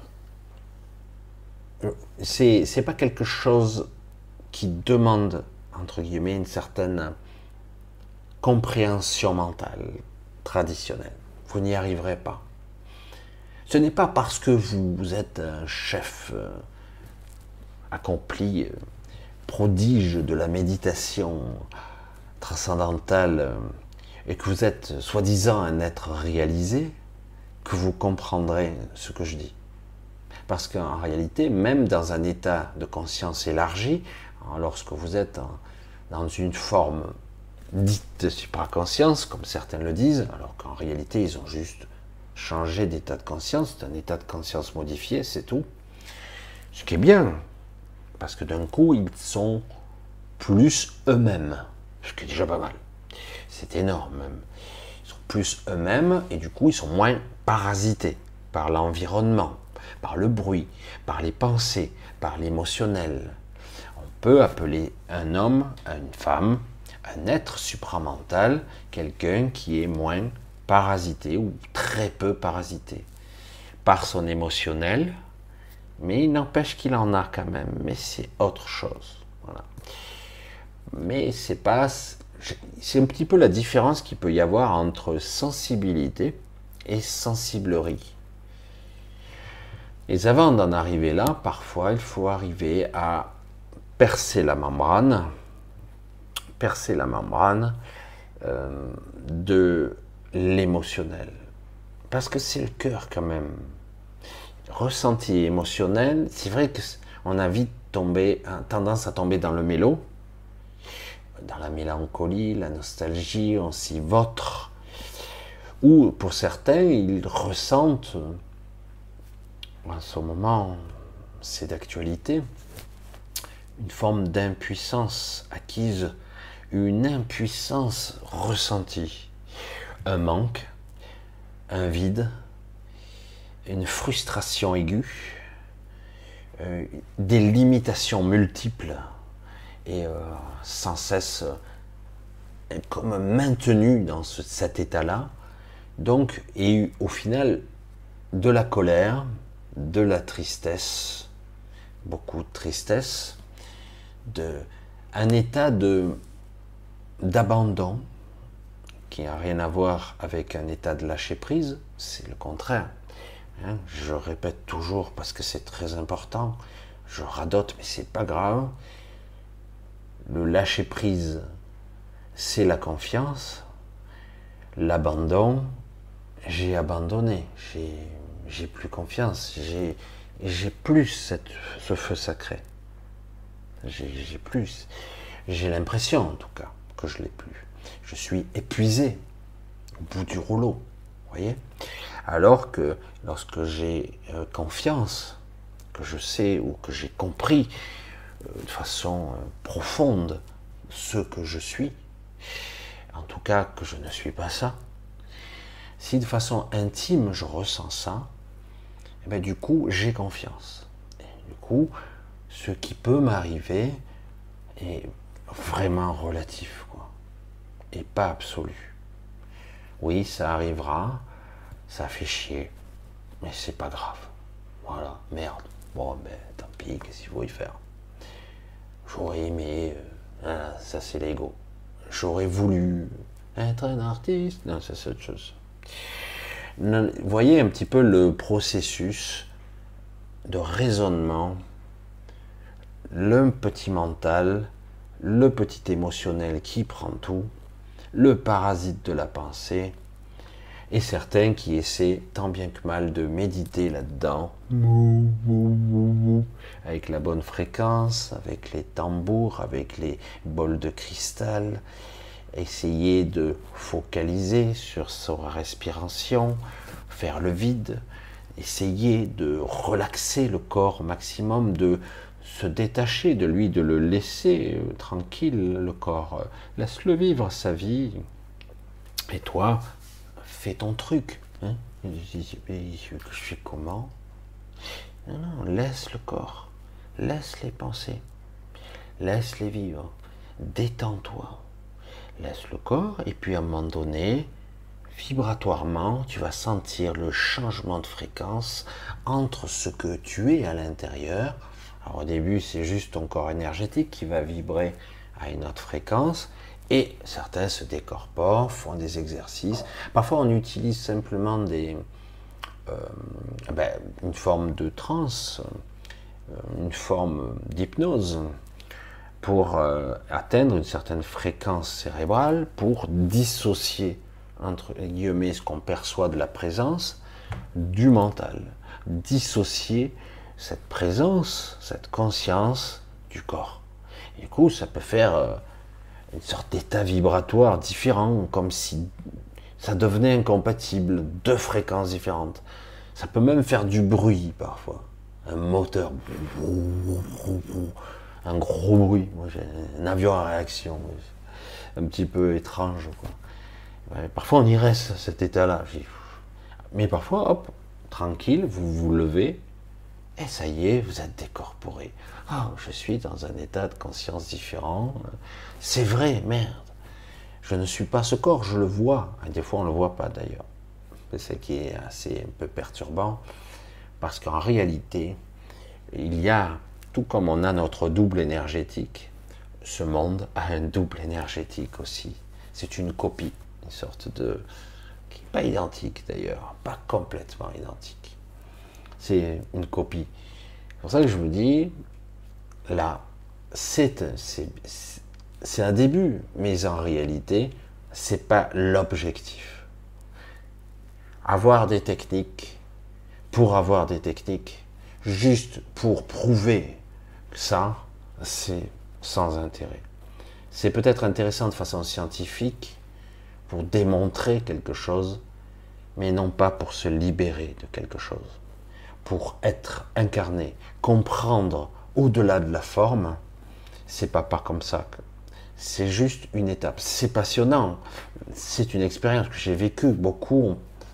c'est pas quelque chose qui demande, entre guillemets, une certaine compréhension mentale traditionnelle. Vous n'y arriverez pas. Ce n'est pas parce que vous êtes un chef accompli, prodige de la méditation transcendantale, et que vous êtes soi-disant un être réalisé, que vous comprendrez ce que je dis. Parce qu'en réalité, même dans un état de conscience élargi, lorsque vous êtes dans une forme dite de supraconscience, comme certains le disent, alors qu'en réalité, ils ont juste changé d'état de conscience, c'est un état de conscience modifié, c'est tout. Ce qui est bien, parce que d'un coup, ils sont plus eux-mêmes, ce qui est déjà pas mal. C'est énorme même. Ils sont plus eux-mêmes et du coup, ils sont moins parasités par l'environnement, par le bruit, par les pensées, par l'émotionnel. On peut appeler un homme, une femme, un être supramental, quelqu'un qui est moins parasité ou très peu parasité par son émotionnel, mais il n'empêche qu'il en a quand même, mais c'est autre chose. Voilà. Mais c'est pas... C'est un petit peu la différence qu'il peut y avoir entre sensibilité et sensiblerie. Et avant d'en arriver là, parfois il faut arriver à percer la membrane de l'émotionnel. Parce que c'est le cœur quand même. Ressenti émotionnel, c'est vrai qu'on a vite tendance à tomber dans le mélo, dans la mélancolie, la nostalgie, on s'y vautre. Ou pour certains, ils ressentent, en ce moment, c'est d'actualité, une forme d'impuissance acquise, une impuissance ressentie, un manque, un vide, une frustration aiguë, des limitations multiples et sans cesse comme maintenu dans cet état-là. Donc, et au final, de la colère, de la tristesse, beaucoup de tristesse, un état d'abandon qui n'a rien à voir avec un état de lâcher prise, c'est le contraire. Hein, je répète toujours parce que c'est très important, je radote mais c'est pas grave. Le lâcher prise, c'est la confiance. L'abandon, j'ai abandonné, j'ai plus confiance, Et j'ai plus ce feu sacré. J'ai plus. J'ai l'impression, en tout cas, que je l'ai plus. Je suis épuisé au bout du rouleau. Vous voyez? Alors que lorsque j'ai confiance, que je sais ou que j'ai compris de façon profonde ce que je suis, en tout cas que je ne suis pas ça, si de façon intime je ressens ça, et bien du coup j'ai confiance. Et du coup, ce qui peut m'arriver est vraiment relatif, quoi, et pas absolu. Oui, ça arrivera, ça fait chier, mais c'est pas grave. Voilà, merde. Bon, ben tant pis, qu'est-ce qu'il faut y faire? J'aurais aimé, ça c'est l'ego. J'aurais voulu être un artiste, non, ça c'est autre chose. Vous voyez un petit peu le processus de raisonnement, le petit mental, le petit émotionnel qui prend tout, le parasite de la pensée, et certains qui essaient tant bien que mal de méditer là-dedans, avec la bonne fréquence, avec les tambours, avec les bols de cristal, essayer de focaliser sur sa respiration, faire le vide, essayer de relaxer le corps au maximum, de se détacher de lui, de le laisser tranquille, le corps. Laisse-le vivre sa vie. Et toi, fais ton truc. Hein. Je fais comment? Non, non, laisse le corps. Laisse les pensées. Laisse-les vivre. Détends-toi. Laisse le corps et puis à un moment donné, vibratoirement, tu vas sentir le changement de fréquence entre ce que tu es à l'intérieur. Alors au début, c'est juste ton corps énergétique qui va vibrer à une autre fréquence et certains se décorporent, font des exercices. Parfois, on utilise simplement une forme de transe, une forme d'hypnose pour atteindre une certaine fréquence cérébrale, pour dissocier, entre guillemets, ce qu'on perçoit de la présence du mental. Dissocier cette présence, cette conscience du corps. Et du coup, ça peut faire une sorte d'état vibratoire différent, comme si ça devenait incompatible, deux fréquences différentes. Ça peut même faire du bruit parfois. Un moteur, un gros bruit. Moi, j'ai un avion à réaction, un petit peu étrange, quoi. Parfois, on y reste à cet état-là. Mais parfois, hop, tranquille, vous vous levez, et ça y est, vous êtes décorporé. Ah, je suis dans un état de conscience différent. C'est vrai, merde. Je ne suis pas ce corps, je le vois. Et des fois, on ne le voit pas d'ailleurs. C'est ce qui est assez un peu perturbant. Parce qu'en réalité, il y a, tout comme on a notre double énergétique, ce monde a un double énergétique aussi. C'est une copie, une sorte de... qui n'est pas identique d'ailleurs, pas complètement identique. C'est une copie. C'est pour ça que je vous dis, là, c'est un début, mais en réalité, c'est pas l'objectif. Avoir des techniques, pour avoir des techniques, juste pour prouver ça, c'est sans intérêt. C'est peut-être intéressant de façon scientifique, pour démontrer quelque chose, mais non pas pour se libérer de quelque chose. Pour être incarné, comprendre au-delà de la forme, c'est pas comme ça. C'est juste une étape. C'est passionnant. C'est une expérience que j'ai vécue. Beaucoup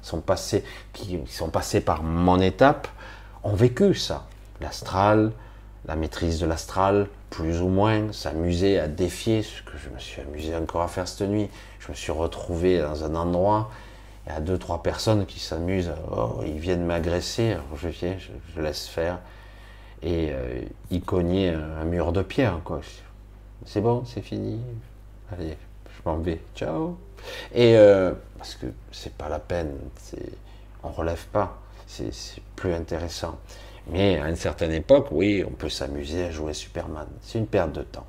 qui sont passés par mon étape ont vécu ça. L'astral, la maîtrise de l'astral, plus ou moins, s'amuser à défier, ce que je me suis amusé encore à faire cette nuit. Je me suis retrouvé dans un endroit, il y a 2-3 personnes qui s'amusent, oh, ils viennent m'agresser, alors je laisse faire, et ils cognaient un mur de pierre, quoi. C'est bon, c'est fini, allez, je m'en vais, ciao. Et parce que c'est pas la peine, on relève pas, c'est plus intéressant. Mais à une certaine époque, oui, on peut s'amuser à jouer Superman. C'est une perte de temps.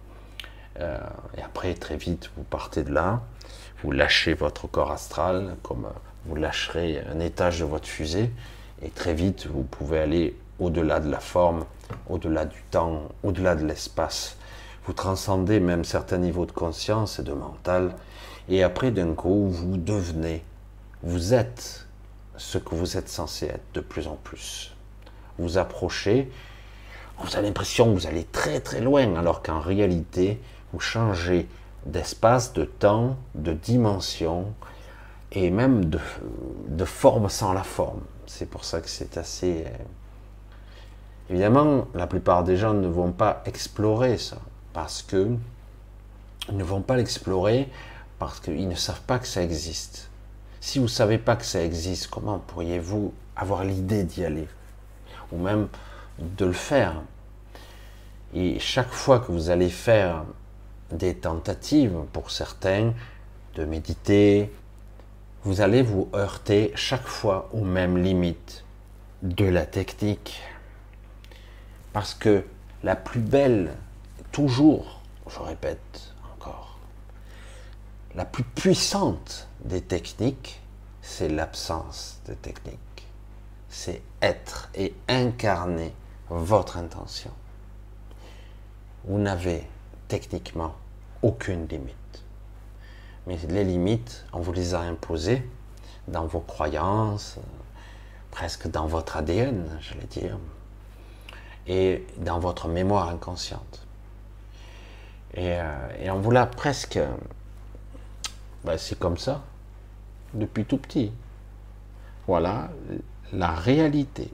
Et après, très vite, vous partez de là, vous lâchez votre corps astral, comme vous lâcherez un étage de votre fusée, et très vite, vous pouvez aller au-delà de la forme, au-delà du temps, au-delà de l'espace. Vous transcendez même certains niveaux de conscience et de mental, et après d'un coup, vous devenez, vous êtes ce que vous êtes censé être de plus en plus. Vous approchez, vous avez l'impression que vous allez très très loin, alors qu'en réalité, vous changez d'espace, de temps, de dimension, et même de forme sans la forme. C'est pour ça que c'est assez... Évidemment, la plupart des gens ne vont pas explorer ça, parce que ils ne vont pas l'explorer parce qu'ils ne savent pas que ça existe. Si vous ne savez pas que ça existe, comment pourriez-vous avoir l'idée d'y aller? Ou même de le faire? Et chaque fois que vous allez faire des tentatives, pour certains, de méditer, vous allez vous heurter chaque fois aux mêmes limites de la technique. Parce que la plus belle, toujours, je répète encore, la plus puissante des techniques, c'est l'absence de technique. C'est être et incarner votre intention. Vous n'avez techniquement aucune limite. Mais les limites, on vous les a imposées dans vos croyances, presque dans votre ADN, j'allais dire, et dans votre mémoire inconsciente. Et on vous l'a presque... c'est comme ça, depuis tout petit. Voilà la réalité.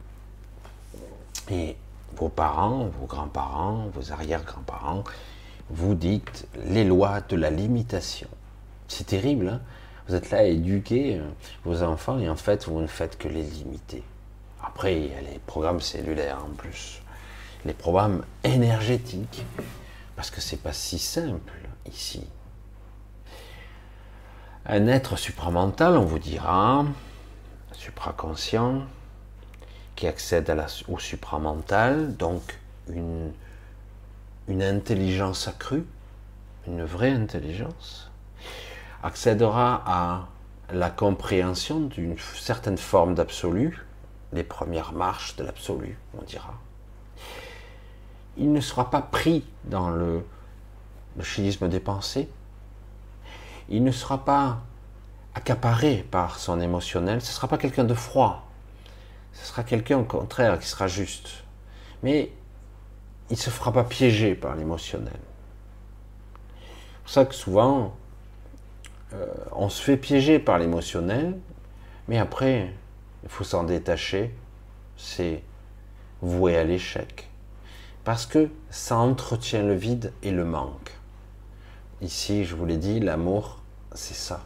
Et vos parents, vos grands-parents, vos arrière-grands-parents vous dictent les lois de la limitation. C'est terrible, hein? Vous êtes là à éduquer vos enfants et en fait, vous ne faites que les limiter. Après, il y a les programmes cellulaires en plus, les programmes énergétiques, parce que c'est pas si simple ici. Un être supramental, on vous dira, supraconscient, qui accède au supramental, donc une intelligence accrue, une vraie intelligence, accédera à la compréhension d'une certaine forme d'absolu, les premières marches de l'absolu, on dira. Il ne sera pas pris dans le schisme des pensées, il ne sera pas accaparé par son émotionnel, ce ne sera pas quelqu'un de froid, ce sera quelqu'un au contraire qui sera juste, mais il ne se fera pas piéger par l'émotionnel. C'est pour ça que souvent, on se fait piéger par l'émotionnel, mais après, il faut s'en détacher, c'est voué à l'échec. Parce que ça entretient le vide et le manque. Ici, je vous l'ai dit, l'amour, c'est ça.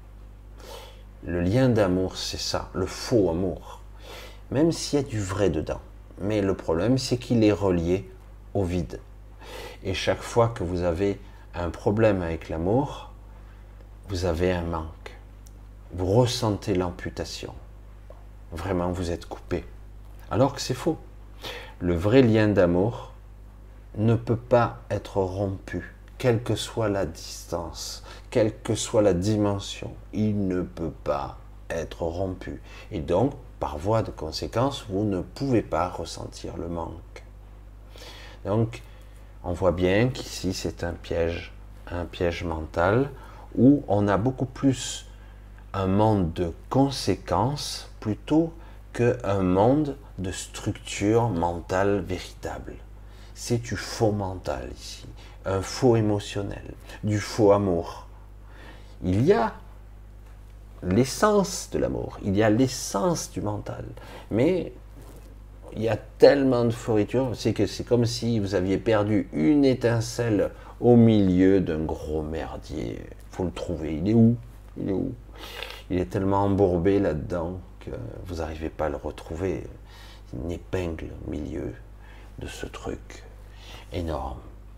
Le lien d'amour, c'est ça, le faux amour. Même s'il y a du vrai dedans. Mais le problème, c'est qu'il est relié au vide. Et chaque fois que vous avez un problème avec l'amour, vous avez un manque. Vous ressentez l'amputation. Vraiment, vous êtes coupé. Alors que c'est faux. Le vrai lien d'amour ne peut pas être rompu, quelle que soit la distance, quelle que soit la dimension. Il ne peut pas être rompu. Et donc, par voie de conséquence, vous ne pouvez pas ressentir le manque. Donc, on voit bien qu'ici, c'est un piège mental, où on a beaucoup plus un monde de conséquences plutôt qu'un monde de structure mentale véritable. C'est du faux mental ici, un faux émotionnel, du faux amour. Il y a l'essence de l'amour, il y a l'essence du mental, mais il y a tellement de fourriture, c'est que c'est comme si vous aviez perdu une étincelle au milieu d'un gros merdier. Il faut le trouver. Il est où? Il est où? Il est tellement embourbé là-dedans que vous n'arrivez pas à le retrouver. Une épingle au milieu de ce truc énorme.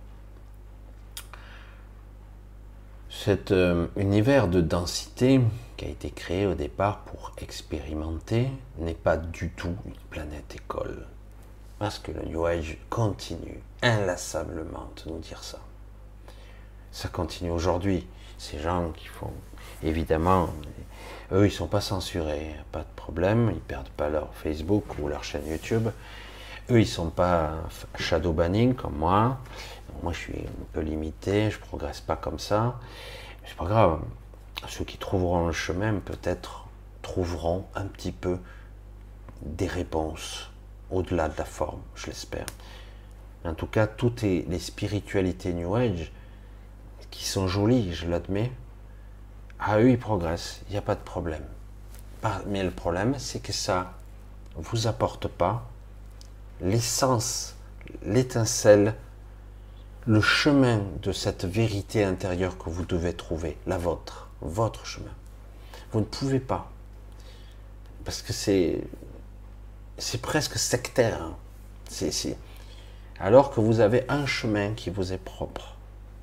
Cet univers de densité qui a été créé au départ pour expérimenter n'est pas du tout une planète école. Parce que le New Age continue inlassablement de nous dire ça. Ça continue aujourd'hui. Ces gens qui font, évidemment, eux, ils sont pas censurés, pas de problème, ils perdent pas leur Facebook ou leur chaîne YouTube. Eux, ils sont pas shadow banning comme moi. Moi, je suis un peu limité, je progresse pas comme ça. C'est pas grave. Ceux qui trouveront le chemin, peut-être, trouveront un petit peu des réponses au-delà de la forme, je l'espère. En tout cas, toutes les spiritualités New Age, qui sont jolies, je l'admets, à eux, ils progressent, il n'y a pas de problème. Mais le problème, c'est que ça ne vous apporte pas l'essence, l'étincelle, le chemin de cette vérité intérieure que vous devez trouver, la vôtre, votre chemin. Vous ne pouvez pas. Parce que c'est presque sectaire. Hein. Alors que vous avez un chemin qui vous est propre.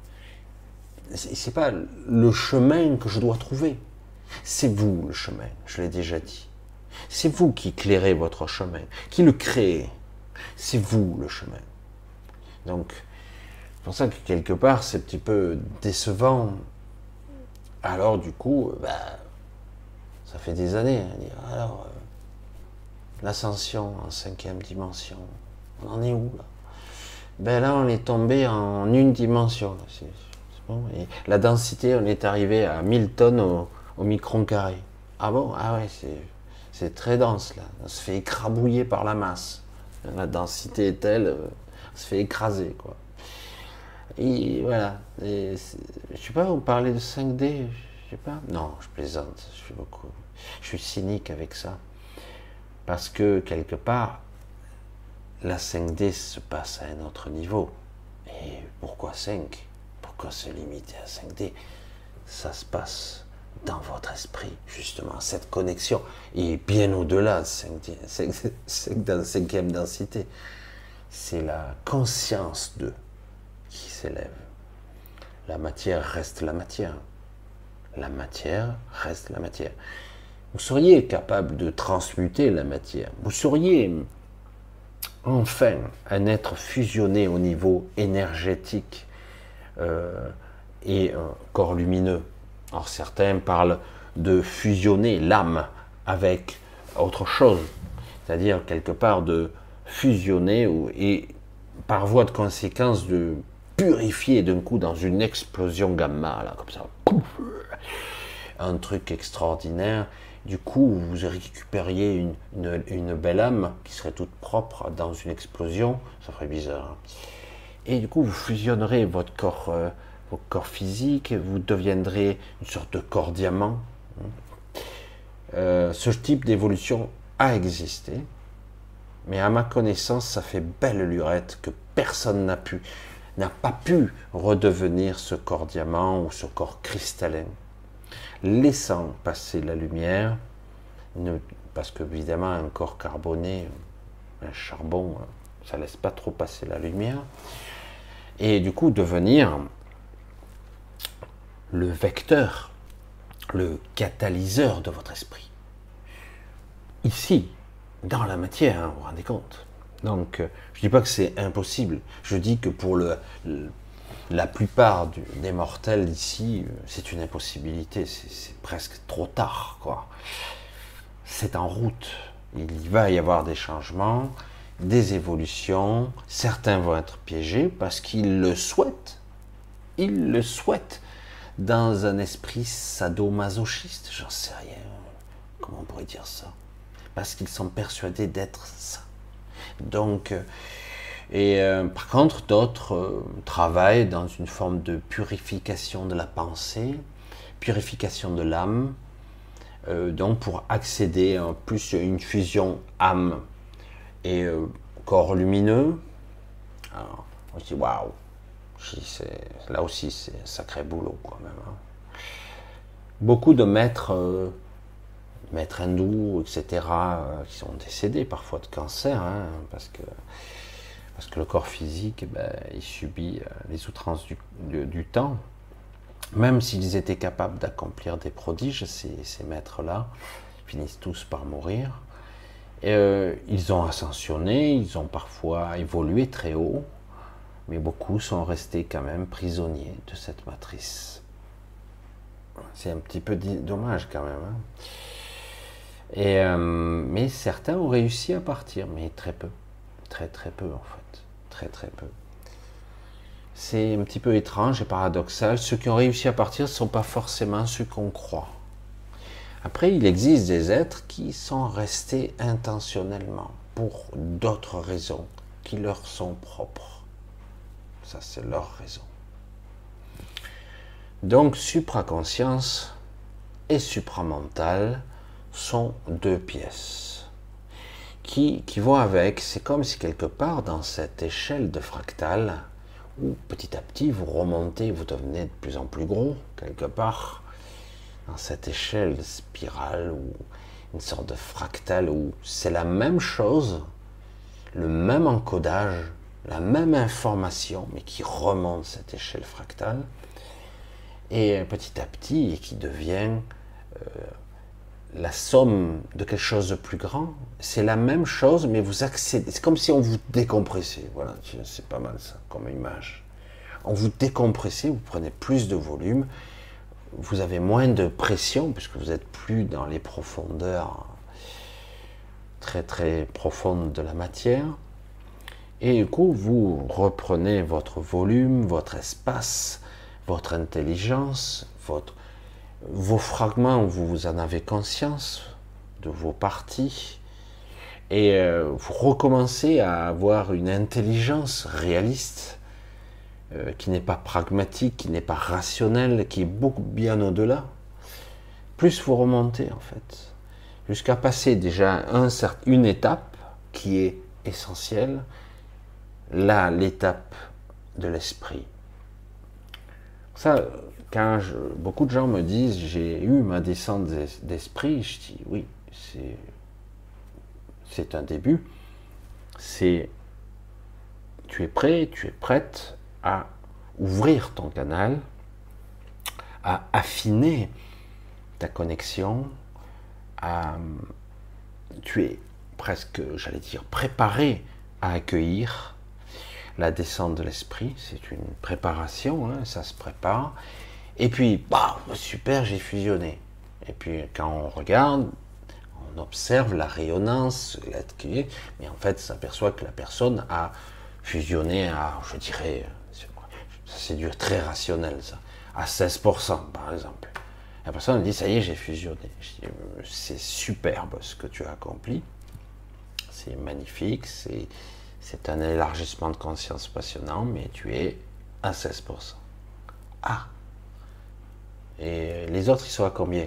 C'est pas le chemin que je dois trouver. C'est vous le chemin, je l'ai déjà dit. C'est vous qui éclairez votre chemin, qui le créez. C'est vous le chemin. Donc, c'est pour ça que quelque part, c'est un petit peu décevant. Alors, du coup, ça fait des années. Alors, l'ascension en 5e dimension, on en est où là? Ben là, on est tombé en une dimension. C'est bon. Et la densité, on est arrivé à 1000 tonnes au micron carré. Ah bon? Ah ouais, c'est très dense là. On se fait écrabouiller par la masse. La densité est telle, on se fait écraser quoi. Et voilà. Et je sais pas, vous parlez de 5D, je sais pas. Non, je plaisante. Je suis cynique avec ça. Parce que quelque part, la 5D se passe à un autre niveau. Et pourquoi 5? Pourquoi se limiter à 5D? Ça se passe dans votre esprit, justement, cette connexion. Et bien au-delà de 5D, dans la 5e densité. C'est la conscience d'eux qui s'élève. La matière reste la matière. La matière reste la matière. Vous seriez capable de transmuter la matière. Vous seriez enfin un être fusionné au niveau énergétique et un corps lumineux. Alors certains parlent de fusionner l'âme avec autre chose, c'est-à-dire quelque part de fusionner et par voie de conséquence de purifier d'un coup dans une explosion gamma, là, comme ça, un truc extraordinaire. Du coup, vous récupériez une belle âme qui serait toute propre dans une explosion, ça ferait bizarre. Et du coup, vous fusionnerez votre corps physique, vous deviendrez une sorte de corps diamant. Ce type d'évolution a existé, mais à ma connaissance, ça fait belle lurette que personne n'a pas pu redevenir ce corps diamant ou ce corps cristallin. Laissant passer la lumière, parce que évidemment un corps carboné, un charbon, ça laisse pas trop passer la lumière, et du coup devenir le vecteur, le catalyseur de votre esprit. Ici, dans la matière, vous vous rendez compte. Donc, je dis pas que c'est impossible, je dis que pour la plupart des mortels ici, c'est une impossibilité, c'est presque trop tard, quoi. C'est en route, il va y avoir des changements, des évolutions, certains vont être piégés parce qu'ils le souhaitent, dans un esprit sadomasochiste, j'en sais rien, comment on pourrait dire ça, parce qu'ils sont persuadés d'être ça. Donc, par contre, d'autres travaillent dans une forme de purification de la pensée, purification de l'âme, donc pour accéder à plus une fusion âme et corps lumineux. Alors, on se dit waouh, là aussi c'est un sacré boulot quand même. Hein. Beaucoup de maîtres hindous, etc., qui sont décédés parfois de cancer, hein, parce que le corps physique, il subit les outrances du temps. Même s'ils étaient capables d'accomplir des prodiges, ces maîtres-là finissent tous par mourir. Ils ont ascensionné, ils ont parfois évolué très haut, mais beaucoup sont restés quand même prisonniers de cette matrice. C'est un petit peu dommage quand même. Hein. Mais certains ont réussi à partir, mais très peu. Très très peu en fait. Très très peu. C'est un petit peu étrange et paradoxal. Ceux qui ont réussi à partir ne sont pas forcément ceux qu'on croit. Après, il existe des êtres qui sont restés intentionnellement pour d'autres raisons qui leur sont propres. Ça, c'est leur raison. Donc, supraconscience et supramental sont deux pièces qui vont avec. C'est comme si quelque part, dans cette échelle de fractal, où petit à petit, vous remontez, vous devenez de plus en plus gros, quelque part, dans cette échelle spirale, ou une sorte de fractal, où c'est la même chose, le même encodage, la même information, mais qui remonte cette échelle fractale, et petit à petit, et qui devient la somme de quelque chose de plus grand. C'est la même chose, mais vous accédez. C'est comme si on vous décompressait. Voilà, c'est pas mal ça comme image. On vous décompressez, vous prenez plus de volume, vous avez moins de pression, puisque vous n'êtes plus dans les profondeurs très très profondes de la matière. Et du coup, vous reprenez votre volume, votre espace, votre intelligence, vos fragments, vous en avez conscience de vos parties, et vous recommencez à avoir une intelligence réaliste, qui n'est pas pragmatique, qui n'est pas rationnelle, qui est beaucoup bien au-delà. Plus vous remontez en fait, jusqu'à passer déjà une étape qui est essentielle, là, l'étape de l'esprit. Ça, quand beaucoup de gens me disent j'ai eu ma descente d'esprit, je dis oui, c'est un début. Tu es prêt, tu es prête à ouvrir ton canal, à affiner ta connexion, tu es presque, j'allais dire, préparé à accueillir la descente de l'esprit. C'est une préparation, hein, ça se prépare. Et puis, bah, super, j'ai fusionné. Et puis, quand on regarde, on observe la rayonnance, l'être qui est, mais en fait, on s'aperçoit que la personne a fusionné à, je dirais, c'est du très rationnel, ça, à 16%, par exemple. La personne dit, ça y est, j'ai fusionné. C'est superbe ce que tu as accompli. C'est magnifique, c'est un élargissement de conscience passionnant, mais tu es à 16%. Ah! Et les autres, ils sont à combien?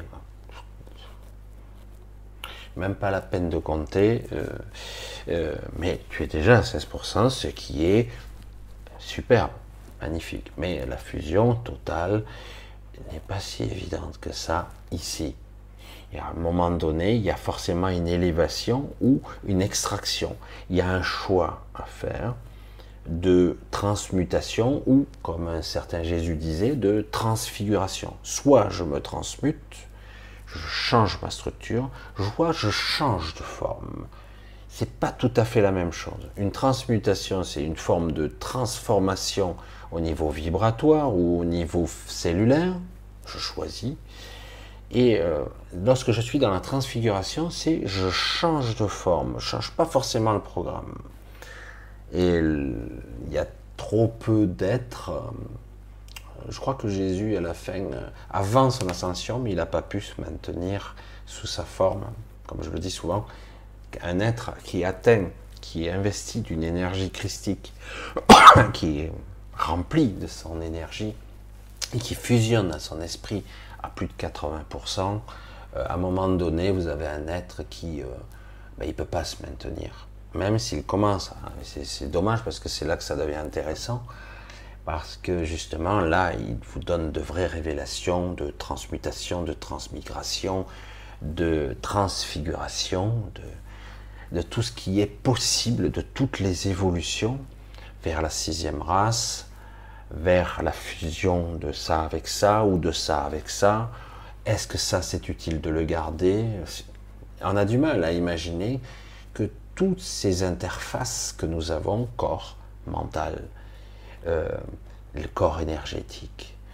Même pas la peine de compter, mais tu es déjà à 16%, ce qui est superbe, magnifique. Mais la fusion totale n'est pas si évidente que ça ici. Et à un moment donné, il y a forcément une élévation ou une extraction. Il y a un choix à faire de transmutation ou, comme un certain Jésus disait, de transfiguration. Soit je me transmute, je change ma structure, soit je change de forme. C'est pas tout à fait la même chose. Une transmutation, c'est une forme de transformation au niveau vibratoire ou au niveau cellulaire. Je choisis. Et lorsque je suis dans la transfiguration, c'est je change de forme, je change pas forcément le programme. Et il y a trop peu d'êtres. Je crois que Jésus, à la fin, avant son ascension, mais il n'a pas pu se maintenir sous sa forme, comme je le dis souvent, un être qui atteint, qui est investi d'une énergie christique, qui est rempli de son énergie, et qui fusionne à son esprit à plus de 80%, à un moment donné, vous avez un être qui il ne peut pas se maintenir. Même s'il commence, c'est dommage parce que c'est là que ça devient intéressant, parce que justement là, il vous donne de vraies révélations de transmutation, de transmigration, de transfiguration, de tout ce qui est possible, de toutes les évolutions vers la 6e race, vers la fusion de ça avec ça, ou de ça avec ça. Est-ce que ça, c'est utile de le garder? On a du mal à imaginer que toutes ces interfaces que nous avons, corps, mental, le corps énergétique,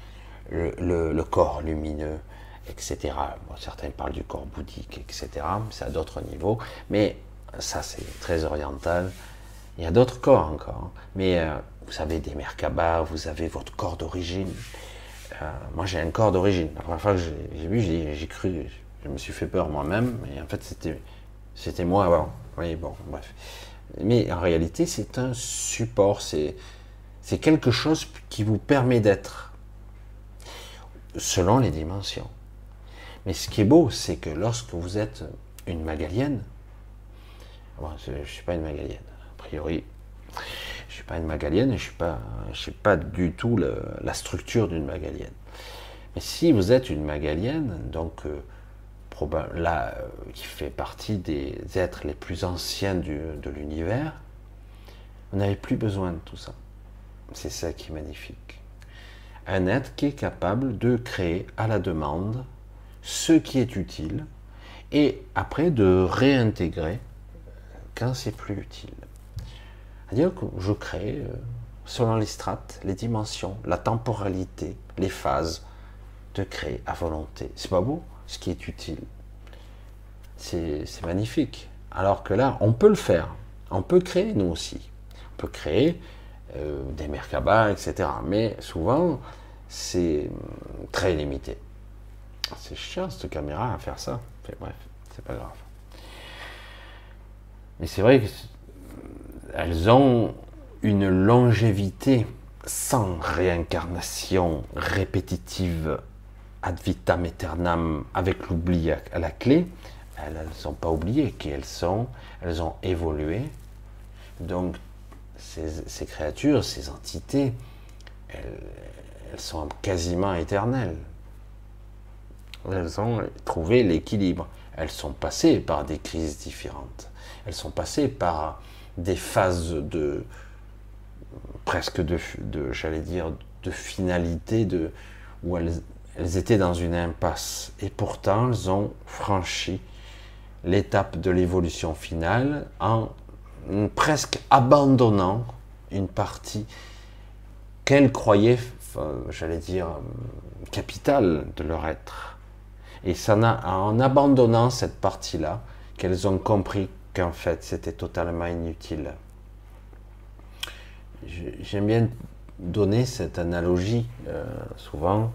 le corps lumineux, etc. Bon, certains parlent du corps bouddhique, etc. C'est à d'autres niveaux, mais ça c'est très oriental. Il y a d'autres corps encore, mais vous avez des Merkabah, vous avez votre corps d'origine. Moi j'ai un corps d'origine. La première fois que j'ai vu, j'ai cru, je me suis fait peur moi-même, mais en fait c'était moi avant. Oui, bon, bref. Mais en réalité, c'est un support, c'est quelque chose qui vous permet d'être selon les dimensions. Mais ce qui est beau, c'est que lorsque vous êtes une Magalienne, bon, je ne suis pas une Magalienne, a priori, je ne suis pas une Magalienne et je ne sais pas du tout la structure d'une Magalienne. Mais si vous êtes une Magalienne, donc là, qui fait partie des êtres les plus anciens de l'univers, vous n'avez plus besoin de tout ça. C'est ça qui est magnifique. Un être qui est capable de créer à la demande ce qui est utile et après de réintégrer quand c'est plus utile. C'est-à-dire que je crée selon les strates, les dimensions, la temporalité, les phases, de créer à volonté. C'est pas beau ce qui est utile. C'est magnifique. Alors que là, on peut le faire. On peut créer nous aussi. On peut créer des Merkabah, etc. Mais souvent, c'est très limité. C'est chiant cette caméra à faire ça. Enfin, bref, c'est pas grave. Mais c'est vrai qu'elles ont une longévité sans réincarnation répétitive ad vitam aeternam avec l'oubli à la clé. Elles ne sont pas oubliées qui elles sont, elles ont évolué. Donc ces créatures, ces entités, elles sont quasiment éternelles. Elles ont trouvé l'équilibre. Elles sont passées par des crises différentes. Elles sont passées par des phases presque j'allais dire, de finalité, où elles étaient dans une impasse. Et pourtant, elles ont franchi l'étape de l'évolution finale en presque abandonnant une partie qu'elles croyaient, j'allais dire, capitale de leur être. Et c'est en abandonnant cette partie-là qu'elles ont compris qu'en fait c'était totalement inutile. J'aime bien donner cette analogie, souvent,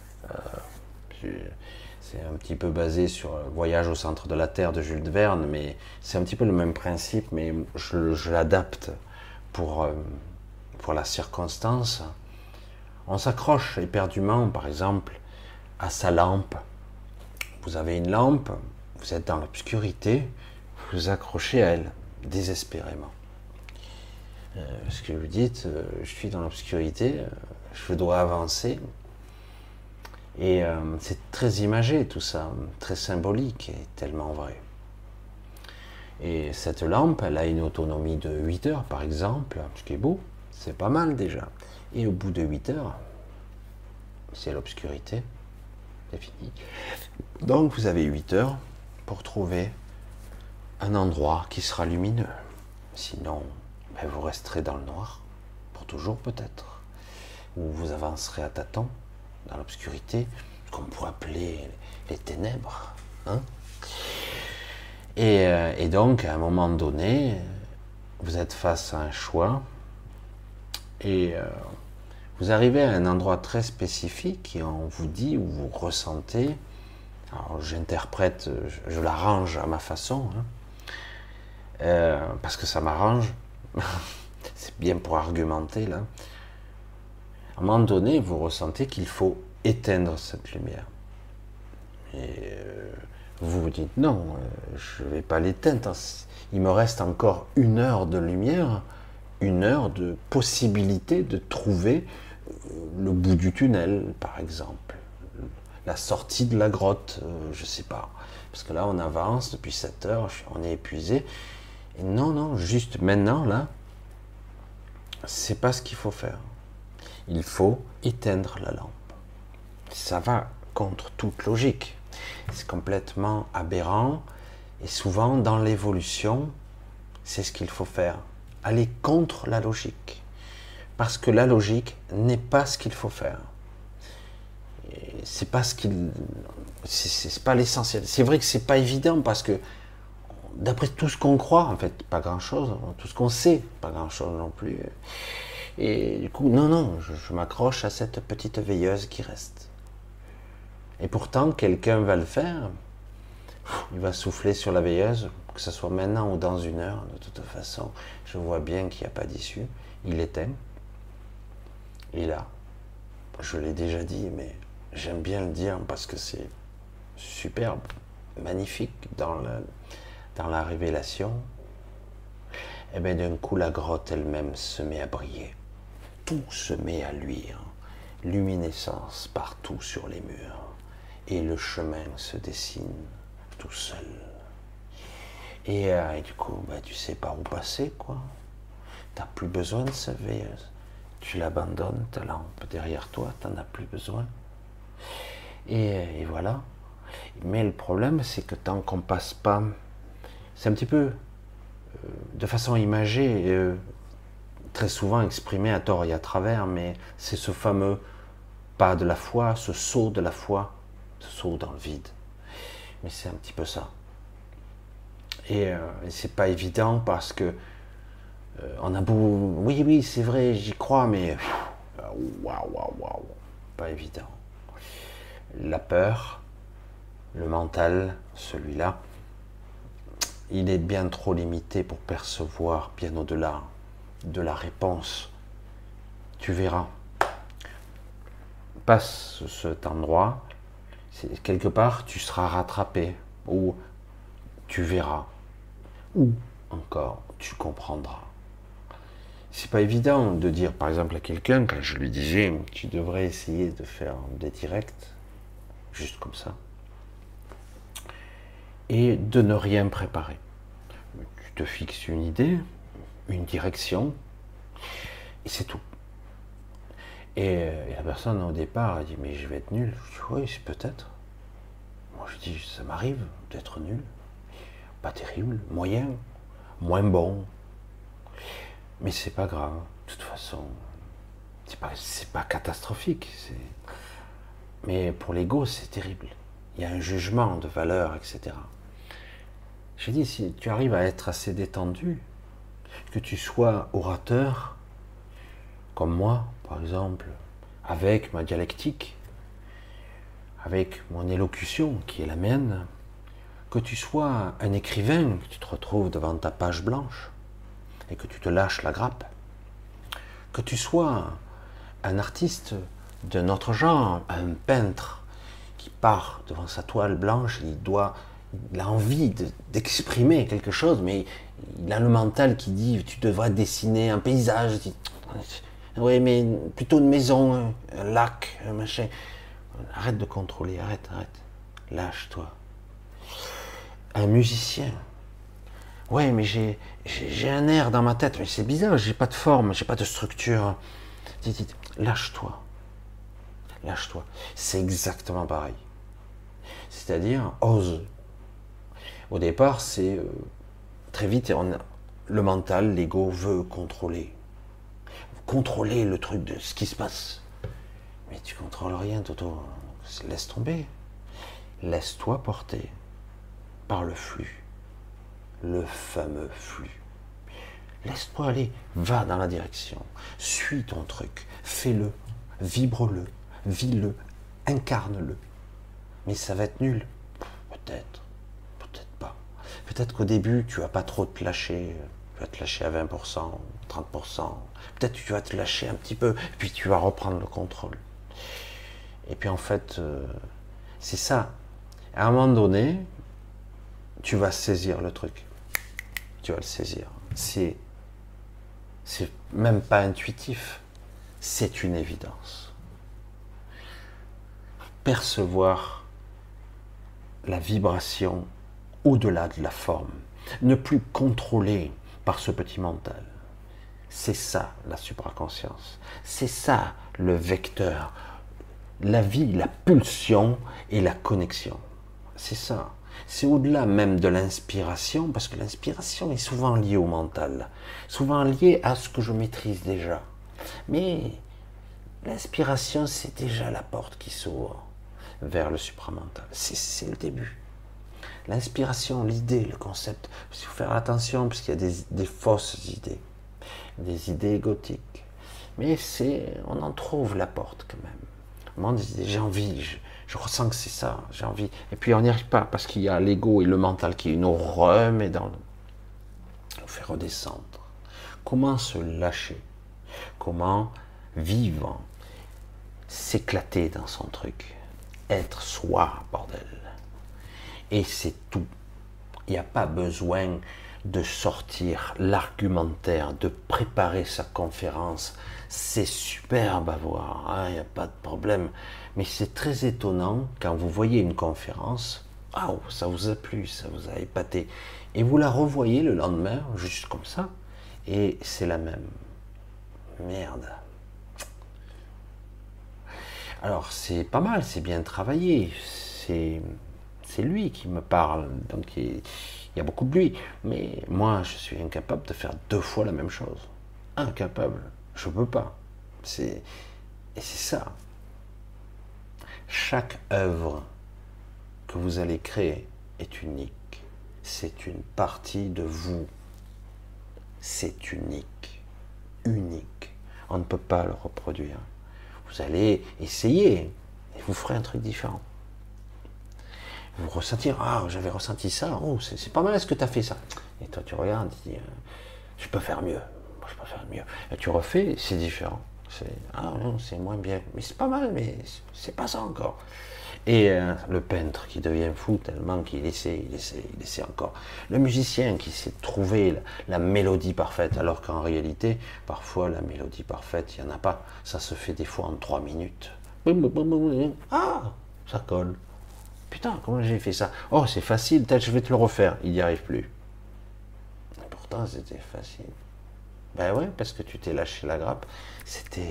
c'est un petit peu basé sur le Voyage au centre de la Terre de Jules Verne, mais c'est un petit peu le même principe, mais je l'adapte pour la circonstance. On s'accroche éperdument, par exemple, à sa lampe. Vous avez une lampe, vous êtes dans l'obscurité, vous vous accrochez à elle, désespérément. Ce que vous dites, je suis dans l'obscurité, je dois avancer. Et c'est très imagé tout ça, très symbolique et tellement vrai. Et cette lampe, elle a une autonomie de 8 heures par exemple, ce qui est beau, c'est pas mal déjà. Et au bout de 8 heures, c'est l'obscurité, c'est fini. Donc vous avez 8 heures pour trouver un endroit qui sera lumineux. Sinon, ben, vous resterez dans le noir, pour toujours peut-être. Ou vous avancerez à tâtons, dans l'obscurité, ce qu'on pourrait appeler les ténèbres. Hein, et donc, à un moment donné, vous êtes face à un choix, et vous arrivez à un endroit très spécifique, et on vous dit, ou vous ressentez, alors j'interprète, je l'arrange à ma façon, hein, parce que ça m'arrange, c'est bien pour argumenter, là. À un moment donné, vous ressentez qu'il faut éteindre cette lumière. Et vous vous dites, non, je ne vais pas l'éteindre. Il me reste encore 1 heure de lumière, 1 heure de possibilité de trouver le bout du tunnel, par exemple. La sortie de la grotte, je ne sais pas. Parce que là, on avance depuis 7 heures, on est épuisé. Et non, juste maintenant, là, c'est pas ce qu'il faut faire. Il faut éteindre la lampe. Ça va contre toute logique. C'est complètement aberrant. Et souvent, dans l'évolution, c'est ce qu'il faut faire. Aller contre la logique. Parce que la logique n'est pas ce qu'il faut faire. c'est pas ce qu'il, c'est pas l'essentiel. C'est vrai que c'est pas évident parce que d'après tout ce qu'on croit, en fait, pas grand-chose. Tout ce qu'on sait, pas grand-chose non plus. Et du coup, non, je m'accroche à cette petite veilleuse qui reste. Et pourtant, quelqu'un va le faire. Il va souffler sur la veilleuse, que ce soit maintenant ou dans 1 heure. De toute façon, je vois bien qu'il n'y a pas d'issue. Il éteint. Et là, je l'ai déjà dit, mais j'aime bien le dire parce que c'est superbe, magnifique dans la révélation. Et bien d'un coup, la grotte elle-même se met à briller. Tout se met à luire. Luminescence partout sur les murs. Et le chemin se dessine tout seul. Et du coup, tu sais par où passer, quoi. T'as plus besoin de cette veilleuse. Tu l'abandonnes, ta lampe derrière toi, t'en as plus besoin. Et voilà. Mais le problème, c'est que tant qu'on passe pas, c'est un petit peu de façon imagée, très souvent exprimé à tort et à travers, mais c'est ce fameux pas de la foi, ce saut de la foi, ce saut dans le vide. Mais c'est un petit peu ça. Et c'est pas évident parce que on a beau, oui, c'est vrai, j'y crois, mais waouh, pas évident. La peur, le mental, celui-là, il est bien trop limité pour percevoir bien au-delà de la réponse. Tu verras. Passe cet endroit, quelque part, tu seras rattrapé, ou tu verras, ou encore, tu comprendras. C'est pas évident de dire, par exemple, à quelqu'un, quand je lui disais, tu devrais essayer de faire des directs, juste comme ça, et de ne rien préparer. Tu te fixes une idée, une direction, et c'est tout. Et la personne au départ a dit, mais je vais être nul. Je dis, oui, c'est peut-être. Moi je dis, ça m'arrive d'être nul. Pas terrible, moyen, moins bon. Mais c'est pas grave, de toute façon. C'est pas catastrophique. Mais pour l'ego, c'est terrible. Il y a un jugement de valeur, etc. J'ai dit, si tu arrives à être assez détendu, que tu sois orateur, comme moi, par exemple, avec ma dialectique, avec mon élocution, qui est la mienne, que tu sois un écrivain, que tu te retrouves devant ta page blanche, et que tu te lâches la grappe, que tu sois un artiste d'un autre genre, un peintre qui part devant sa toile blanche, il a envie d'exprimer quelque chose, mais il a le mental qui dit, tu devrais dessiner un paysage. Oui, mais plutôt une maison, un lac, un machin. Arrête de contrôler, arrête. Lâche-toi. Un musicien. Ouais, mais j'ai un air dans ma tête, mais c'est bizarre, j'ai pas de forme, j'ai pas de structure. Lâche-toi. Lâche-toi. C'est exactement pareil. C'est-à-dire, ose. Au départ, c'est très vite, le mental, l'ego veut contrôler. Contrôler le truc de ce qui se passe. Mais tu contrôles rien, Toto. Laisse tomber. Laisse-toi porter par le flux. Le fameux flux. Laisse-toi aller. Va dans la direction. Suis ton truc. Fais-le. Vibre-le. Vis-le. Incarne-le. Mais ça va être nul. Peut-être. Peut-être pas. Peut-être qu'au début, tu vas pas trop te lâcher. Tu vas te lâcher à 20%, 30%. Peut-être que tu vas te lâcher un petit peu, puis tu vas reprendre le contrôle. Et puis en fait, c'est ça. À un moment donné, tu vas saisir le truc. Tu vas le saisir. C'est même pas intuitif. C'est une évidence. Percevoir la vibration au-delà de la forme. Ne plus contrôler par ce petit mental. C'est ça la supraconscience. C'est ça le vecteur. La vie, la pulsion et la connexion. C'est ça. C'est au-delà même de l'inspiration, parce que l'inspiration est souvent liée au mental, souvent liée à ce que je maîtrise déjà. Mais l'inspiration, c'est déjà la porte qui s'ouvre. vers le supramental. C'est le début. L'inspiration, l'idée, le concept. Il faut faire attention parce qu'il y a des fausses idées, des idées égotiques. Mais on en trouve la porte quand même. Le monde dit j'ai envie, je ressens que c'est ça, j'ai envie. Et puis on n'y arrive pas parce qu'il y a l'ego et le mental qui nous remet dans le... On fait redescendre. Comment se lâcher? Comment vivre? S'éclater dans son truc. Être soi, bordel. Et c'est tout. Il n'y a pas besoin de sortir l'argumentaire, de préparer sa conférence. C'est superbe à voir, hein, il n'y a pas de problème. Mais c'est très étonnant quand vous voyez une conférence, oh, ça vous a plu, ça vous a épaté. Et vous la revoyez le lendemain, juste comme ça, et c'est la même. Merde. Alors c'est pas mal, c'est bien travaillé, c'est lui qui me parle, donc il y a beaucoup de lui, mais moi je suis incapable de faire 2 fois la même chose. Incapable, je peux pas. Et c'est ça. Chaque œuvre que vous allez créer est unique. C'est une partie de vous. C'est unique. Unique. On ne peut pas le reproduire. Vous allez essayer et vous ferez un truc différent. Vous ressentir, ah, j'avais ressenti ça, oh, c'est pas mal, est-ce que tu as fait ça? Et toi, tu regardes, tu dis, je peux faire mieux, je peux faire mieux. Et tu refais, c'est différent. Ah non, c'est moins bien, mais c'est pas mal, mais c'est pas ça encore. Et le peintre qui devient fou tellement qu'il essaie encore. Le musicien qui sait trouver la mélodie parfaite, alors qu'en réalité, parfois, la mélodie parfaite, il n'y en a pas. Ça se fait des fois en 3 minutes. Ah, ça colle. Putain, comment j'ai fait ça? Oh, c'est facile, peut-être je vais te le refaire. Il n'y arrive plus. Et pourtant, c'était facile. Ben ouais, parce que tu t'es lâché la grappe. C'était...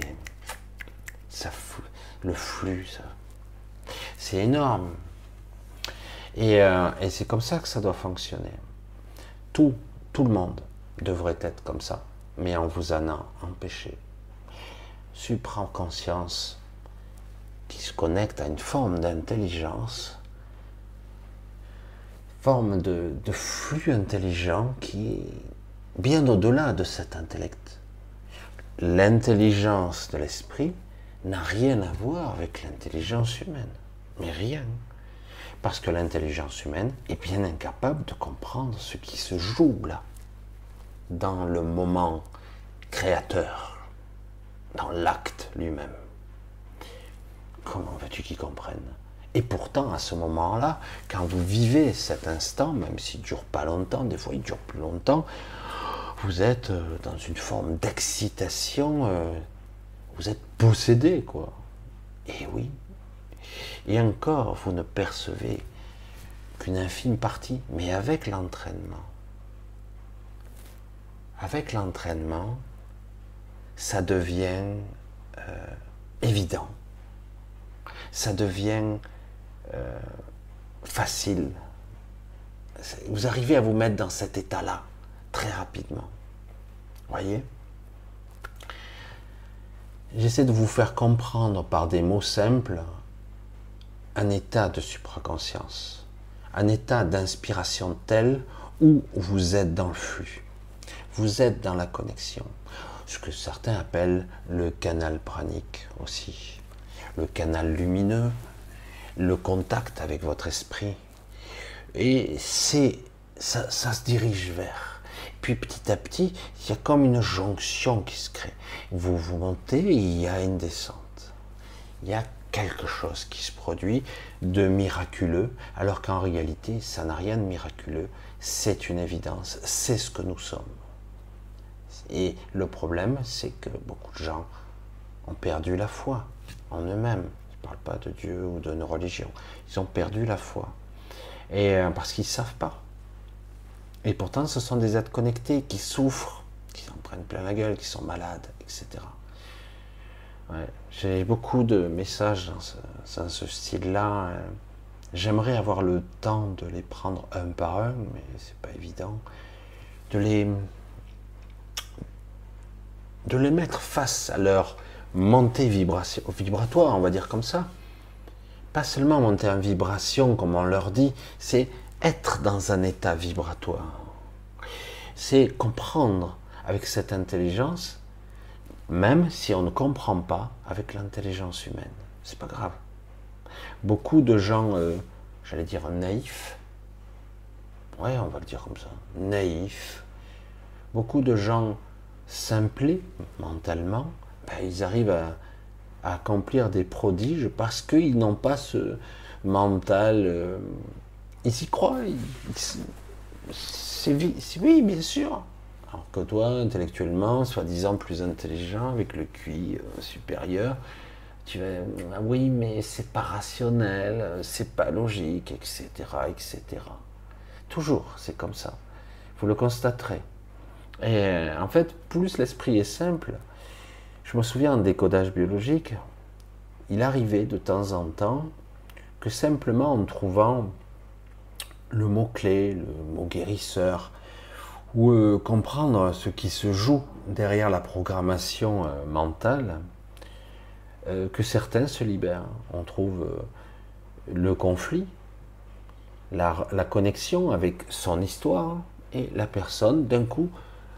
le flux, ça. C'est énorme. Et c'est comme ça que ça doit fonctionner. Tout le monde devrait être comme ça. Mais on vous en a empêché. Supraconscience qui se connecte à une forme d'intelligence, forme de flux intelligent qui est bien au-delà de cet intellect. L'intelligence de l'esprit n'a rien à voir avec l'intelligence humaine, mais rien. Parce que l'intelligence humaine est bien incapable de comprendre ce qui se joue là, dans le moment créateur, dans l'acte lui-même. Comment veux-tu qu'ils comprennent? Et pourtant, à ce moment-là, quand vous vivez cet instant, même s'il ne dure pas longtemps, des fois il dure plus longtemps, vous êtes dans une forme d'excitation, vous êtes possédé, quoi. Et oui. Et encore, vous ne percevez qu'une infime partie, mais avec l'entraînement. Avec l'entraînement, ça devient évident. Ça devient facile. Vous arrivez à vous mettre dans cet état-là très rapidement. Voyez? J'essaie de vous faire comprendre par des mots simples un état de supraconscience, un état d'inspiration tel où vous êtes dans le flux, vous êtes dans la connexion, ce que certains appellent le canal pranique aussi, le canal lumineux, le contact avec votre esprit. Et ça se dirige vers. Puis petit à petit, il y a comme une jonction qui se crée. Vous montez et il y a une descente. Il y a quelque chose qui se produit de miraculeux, alors qu'en réalité, ça n'a rien de miraculeux. C'est une évidence, c'est ce que nous sommes. Et le problème, c'est que beaucoup de gens ont perdu la foi en eux-mêmes. Je ne parle pas de Dieu ou d'une religion. Ils ont perdu la foi. Et parce qu'ils ne savent pas. Et pourtant, ce sont des êtres connectés qui souffrent, qui s'en prennent plein la gueule, qui sont malades, etc. Ouais, j'ai beaucoup de messages dans ce style-là. J'aimerais avoir le temps de les prendre un par un, mais c'est pas évident. De les mettre face à leur montée vibratoire, on va dire comme ça. pas seulement monter en vibration, comme on leur dit, c'est être dans un état vibratoire. C'est comprendre avec cette intelligence, même si on ne comprend pas avec l'intelligence humaine. C'est pas grave. Beaucoup de gens, j'allais dire naïfs, ouais, on va le dire comme ça, naïfs, beaucoup de gens simplés mentalement, ben, ils arrivent à accomplir des prodiges parce qu'ils n'ont pas ce mental, ils y croient, oui, bien sûr. Alors que toi, intellectuellement, soi-disant plus intelligent, avec le QI supérieur, tu vas, ah oui, mais c'est pas rationnel, c'est pas logique, etc., etc. Toujours, c'est comme ça. Vous le constaterez. Et en fait, plus l'esprit est simple, je me souviens en décodage biologique, il arrivait de temps en temps que simplement en trouvant le mot-clé, le mot guérisseur, ou comprendre ce qui se joue derrière la programmation mentale, que certains se libèrent. On trouve le conflit, la connexion avec son histoire, et la personne, d'un coup,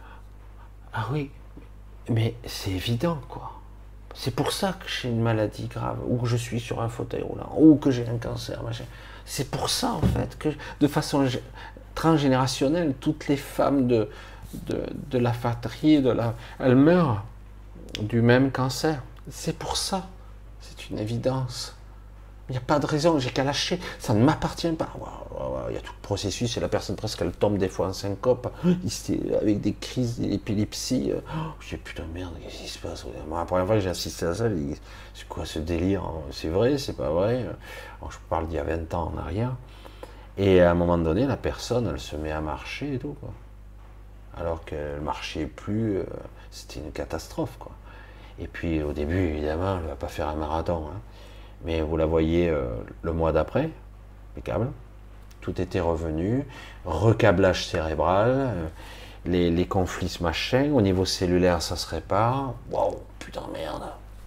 ah oui, mais c'est évident, quoi. C'est pour ça que j'ai une maladie grave, ou que je suis sur un fauteuil roulant, ou que j'ai un cancer, machin. C'est pour ça, en fait, que de façon transgénérationnelle, toutes les femmes de la fratrie, elles meurent du même cancer. C'est pour ça. C'est une évidence. Il n'y a pas de raison, j'ai qu'à lâcher. Ça ne m'appartient pas. Il y a tout le processus et la personne presque elle tombe des fois en syncope avec des crises d'épilepsie. Je dis putain merde, qu'est-ce qui se passe? La première fois que j'ai assisté à ça, c'est quoi ce délire? C'est vrai, c'est pas vrai? Alors, je parle d'il y a 20 ans en arrière. Et à un moment donné, la personne, elle se met à marcher et tout, quoi. Alors qu'elle ne marchait plus, c'était une catastrophe, quoi. Et puis au début, évidemment, elle ne va pas faire un marathon, hein. Mais vous la voyez le mois d'après, impeccable, tout était revenu, recablage cérébral, les conflits se machin, au niveau cellulaire ça se répare, waouh, putain merde,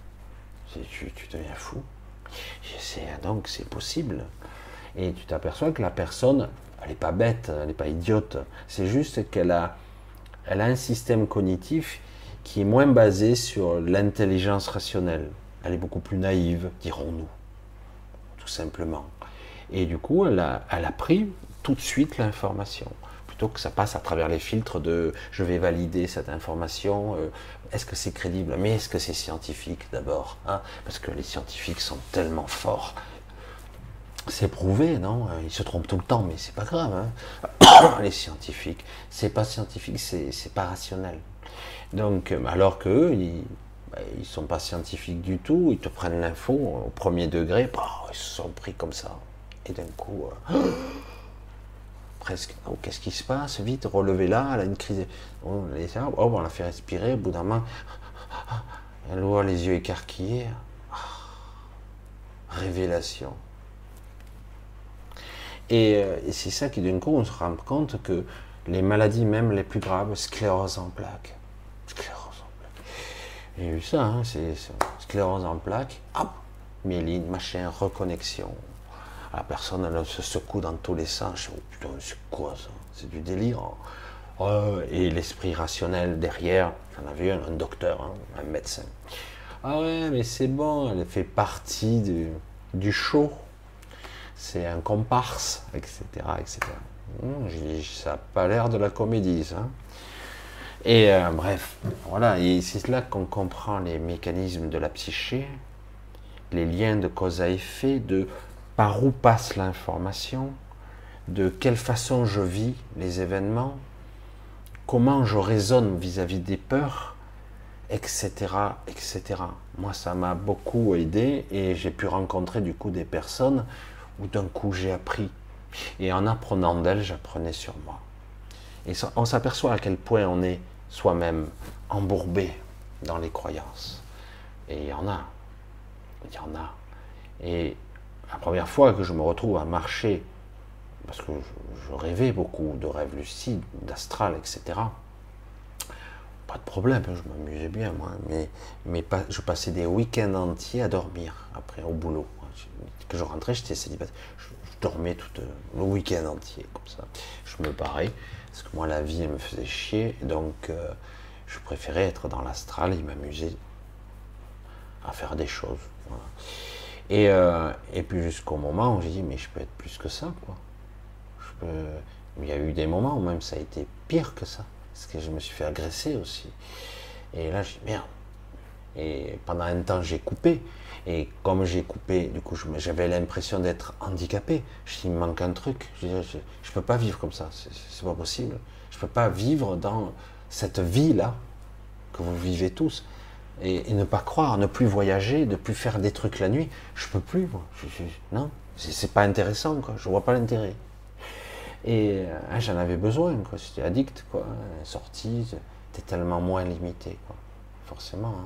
tu deviens fou. Donc c'est possible. Et tu t'aperçois que la personne, elle n'est pas bête, elle n'est pas idiote, c'est juste qu'elle a un système cognitif qui est moins basé sur l'intelligence rationnelle. Elle est beaucoup plus naïve, dirons-nous, tout simplement. Et du coup, elle a pris tout de suite l'information, plutôt que ça passe à travers les filtres de « je vais valider cette information, est-ce que c'est crédible, mais est-ce que c'est scientifique d'abord, hein ?» Parce que les scientifiques sont tellement forts. C'est prouvé, non? Ils se trompent tout le temps, mais c'est pas grave, hein. Les scientifiques, c'est pas scientifique, c'est pas rationnel. Donc, alors qu'eux, ils sont pas scientifiques du tout, ils te prennent l'info au premier degré, ils se sont pris comme ça. Et d'un coup, presque, oh, qu'est-ce qui se passe? Vite, relevez-la, elle a une crise. On la fait respirer, au bout d'un moment, elle voit les yeux écarquillés. Révélation. Et c'est ça qui, d'un coup, on se rend compte que les maladies, même les plus graves, sclérose en plaques. J'ai vu ça, hein, c'est sclérose en plaques, hop, myéline, machin, reconnexion. La personne, elle se secoue dans tous les sens. Je dis, oh putain, c'est quoi ça? C'est du délire. Et l'esprit rationnel derrière, j'en ai vu un docteur, hein, un médecin. Ah ouais, mais c'est bon, elle fait partie du show. C'est un comparse, etc. etc. J'ai dit, ça n'a pas l'air de la comédie, ça. Et bref, voilà, et c'est là qu'on comprend les mécanismes de la psyché, les liens de cause à effet, de par où passe l'information, de quelle façon je vis les événements, comment je raisonne vis-à-vis des peurs, etc., etc. Moi, ça m'a beaucoup aidé et j'ai pu rencontrer du coup des personnes où d'un coup j'ai appris. Et en apprenant d'elles, j'apprenais sur moi. Et ça, on s'aperçoit à quel point on est soi-même embourbé dans les croyances. Et il y en a. Et la première fois que je me retrouve à marcher, parce que je rêvais beaucoup de rêves lucides, d'astral, etc. Pas de problème, je m'amusais bien, moi. Mais je passais des week-ends entiers à dormir, après, au boulot. Que je rentrais, j'étais célibataire. Je dormais tout le week-end entier, comme ça. Je me barrais, parce que moi, la vie, elle me faisait chier. Donc, je préférais être dans l'astral et m'amuser à faire des choses. Voilà. Et puis, jusqu'au moment où j'ai dit, mais je peux être plus que ça, quoi. Il y a eu des moments où même ça a été pire que ça. Parce que je me suis fait agresser aussi. Et là, j'ai dit, merde. Et pendant un temps, j'ai coupé. Et comme j'ai coupé, du coup, j'avais l'impression d'être handicapé. Je dis, il me manque un truc. Je ne peux pas vivre comme ça. C'est pas possible. Je ne peux pas vivre dans cette vie-là que vous vivez tous. Et ne pas croire, ne plus voyager, ne plus faire des trucs la nuit. Je peux plus, moi. Non, c'est pas intéressant, quoi. Je vois pas l'intérêt. Et j'en avais besoin, quoi. J'étais addict, quoi. Sortie, t'es tellement moins limité, quoi. Forcément. Hein.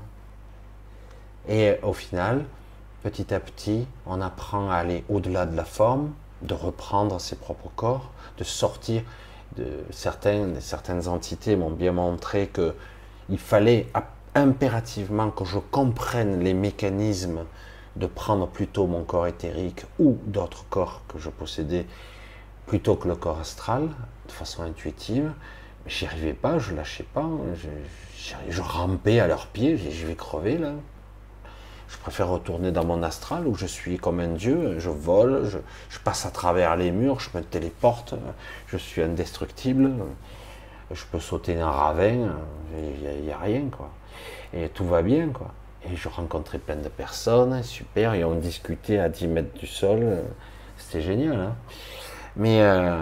Et au final, petit à petit, on apprend à aller au-delà de la forme, de reprendre ses propres corps, de sortir de certaines entités m'ont bien montré que il fallait impérativement que je comprenne les mécanismes de prendre plutôt mon corps éthérique ou d'autres corps que je possédais plutôt que le corps astral, de façon intuitive. J'y arrivais pas, je lâchais pas, je rampais à leurs pieds, je vais crever là. Je préfère retourner dans mon astral où je suis comme un dieu, je vole, je passe à travers les murs, je me téléporte, je suis indestructible, je peux sauter d'un ravin, il n'y a rien, quoi. Et tout va bien, quoi. Et je rencontrais plein de personnes, super, et on discutait à 10 mètres du sol, c'était génial, hein. Mais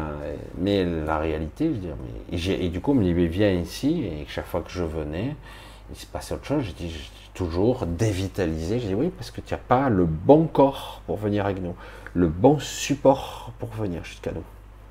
la réalité, je veux dire, et du coup, on me dit, viens ici, et chaque fois que je venais, il se passait autre chose, je dis toujours dévitalisé, je dis oui, parce que tu n'as pas le bon corps pour venir avec nous, le bon support pour venir jusqu'à nous.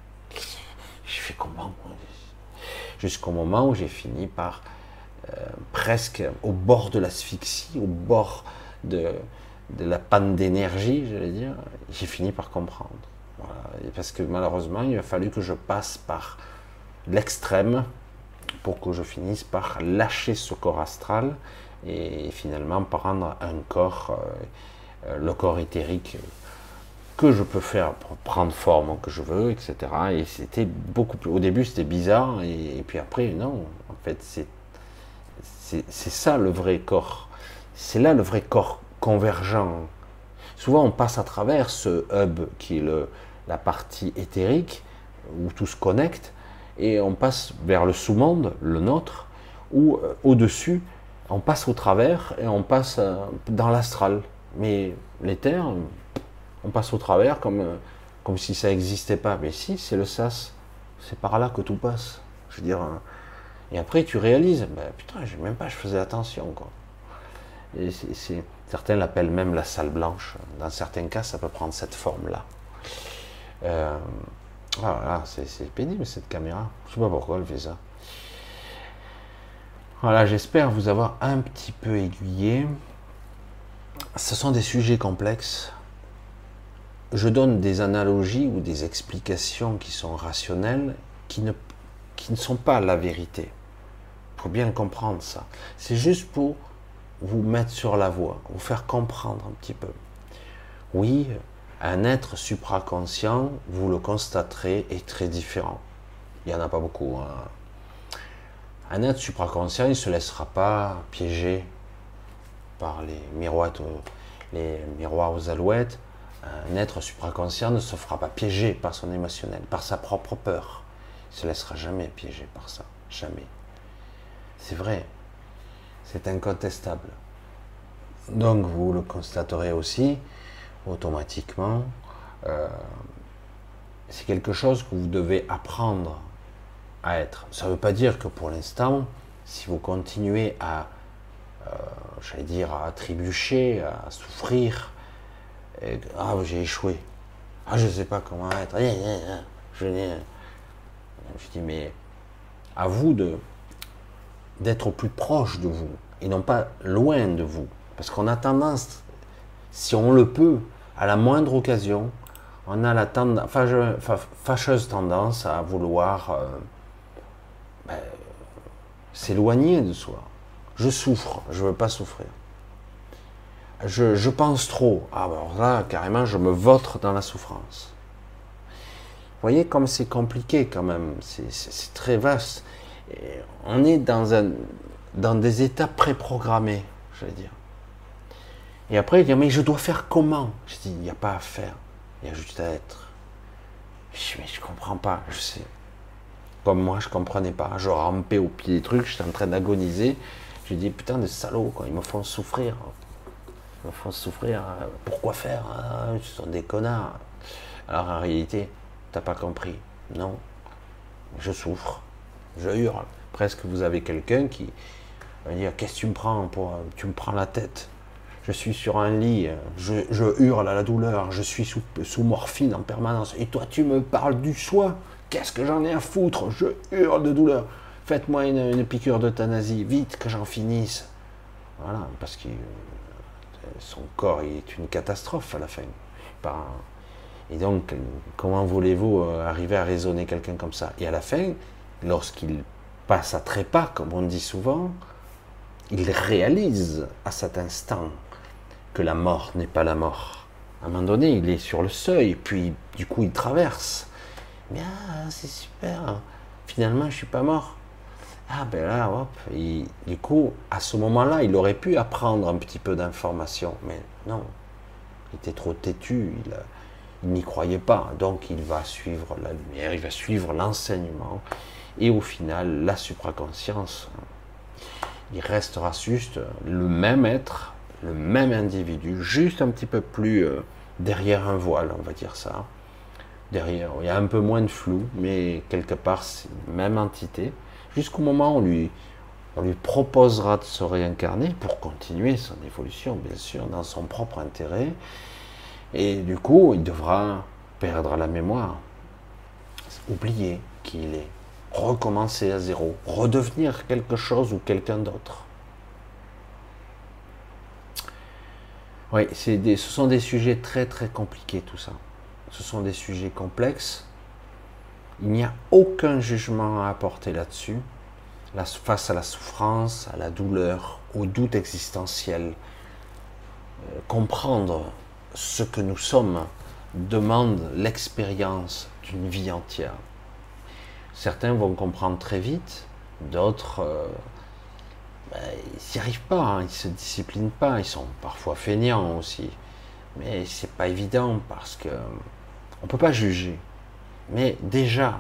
Je fais comment? Jusqu'au moment où j'ai fini par presque au bord de l'asphyxie, au bord de la panne d'énergie, j'allais dire, j'ai fini par comprendre. Voilà. Parce que malheureusement, il a fallu que je passe par l'extrême pour que je finisse par lâcher ce corps astral et finalement prendre un corps, le corps éthérique que je peux faire pour prendre forme que je veux, etc. Et c'était beaucoup plus... Au début, c'était bizarre, et puis après, non. En fait, c'est ça le vrai corps. C'est là le vrai corps convergent. Souvent, on passe à travers ce hub qui est la partie éthérique, où tout se connecte, et on passe vers le sous-monde, le nôtre, où au-dessus, on passe au travers et on passe dans l'astral. Mais l'éther, on passe au travers comme si ça n'existait pas. Mais si, c'est le sas. C'est par là que tout passe. Je veux dire. Et après, tu réalises, ben, putain, même pas, je faisais attention, quoi. Et certains l'appellent même la salle blanche. Dans certains cas, ça peut prendre cette forme-là. Voilà, c'est pénible cette caméra. Je ne sais pas pourquoi elle fait ça. Voilà, j'espère vous avoir un petit peu aiguillé. Ce sont des sujets complexes. Je donne des analogies ou des explications qui sont rationnelles, qui ne sont pas la vérité. Il faut bien comprendre ça. C'est juste pour vous mettre sur la voie, vous faire comprendre un petit peu. Oui, un être supraconscient, vous le constaterez, est très différent. Il n'y en a pas beaucoup. Hein. Un être supraconscient, il ne se laissera pas piéger par les miroirs aux alouettes. Un être supraconscient ne se fera pas piéger par son émotionnel, par sa propre peur. Il ne se laissera jamais piéger par ça. Jamais. C'est vrai. C'est incontestable. Donc vous le constaterez aussi automatiquement. C'est quelque chose que vous devez apprendre à être. Ça ne veut pas dire que pour l'instant, si vous continuez à, j'allais dire, à trébucher, à souffrir, ah, j'ai échoué, ah, je ne sais pas comment être, je dis, mais à vous d'être au plus proche de vous, et non pas loin de vous, parce qu'on a tendance, si on le peut, à la moindre occasion, on a la fâcheuse tendance à vouloir s'éloigner de soi. Je souffre, je ne veux pas souffrir. je pense trop. Ah, alors là, carrément, je me vautre dans la souffrance. Vous voyez comme c'est compliqué quand même, c'est très vaste. Et on est dans des états préprogrammés, je vais dire. Et après, il dit, mais je dois faire comment? Je dis, il n'y a pas à faire, il y a juste à être. Je dis, mais je comprends pas, je sais. Comme moi, je comprenais pas. Je rampais au pied des trucs, j'étais en train d'agoniser. Je dis, putain de salauds, quoi, ils me font souffrir. Ils me font souffrir. Pourquoi faire? Ce sont des connards. Alors en réalité, t'as pas compris. Non, je souffre, je hurle. Presque vous avez quelqu'un qui va dire, qu'est-ce que tu me prends tu me prends la tête. Je suis sur un lit, je hurle à la douleur, je suis sous morphine en permanence. Et toi, tu me parles du choix. Qu'est-ce que j'en ai à foutre? Je hurle de douleur. Faites-moi une piqûre d'euthanasie, vite, que j'en finisse. Voilà, parce que son corps est une catastrophe à la fin. Et donc, comment voulez-vous arriver à raisonner quelqu'un comme ça? Et à la fin, lorsqu'il passe à trépas, comme on dit souvent, il réalise à cet instant que la mort n'est pas la mort. À un moment donné, il est sur le seuil, puis du coup, il traverse. Bien, c'est super. Finalement, je suis pas mort. Ah ben là, hop. Et du coup, à ce moment-là, il aurait pu apprendre un petit peu d'informations, mais non. Il était trop têtu. Il n'y croyait pas. Donc, il va suivre la lumière, il va suivre l'enseignement, et au final, la supraconscience. Il restera juste le même être, le même individu, juste un petit peu plus derrière un voile, on va dire ça. Derrière, il y a un peu moins de flou, mais quelque part, c'est la même entité, jusqu'au moment où on lui proposera de se réincarner pour continuer son évolution, bien sûr, dans son propre intérêt. Et du coup, il devra perdre la mémoire, oublier qui il est, recommencer à zéro, redevenir quelque chose ou quelqu'un d'autre. Oui, ce sont des sujets très très compliqués tout ça. Ce sont des sujets complexes. Il n'y a aucun jugement à apporter là-dessus, face à la souffrance, à la douleur, au doute existentiel. Comprendre ce que nous sommes demande l'expérience d'une vie entière. Certains vont comprendre très vite, d'autres ils n'y arrivent pas, hein, ils ne se disciplinent pas, ils sont parfois feignants aussi. Mais c'est pas évident parce que on ne peut pas juger. Mais déjà,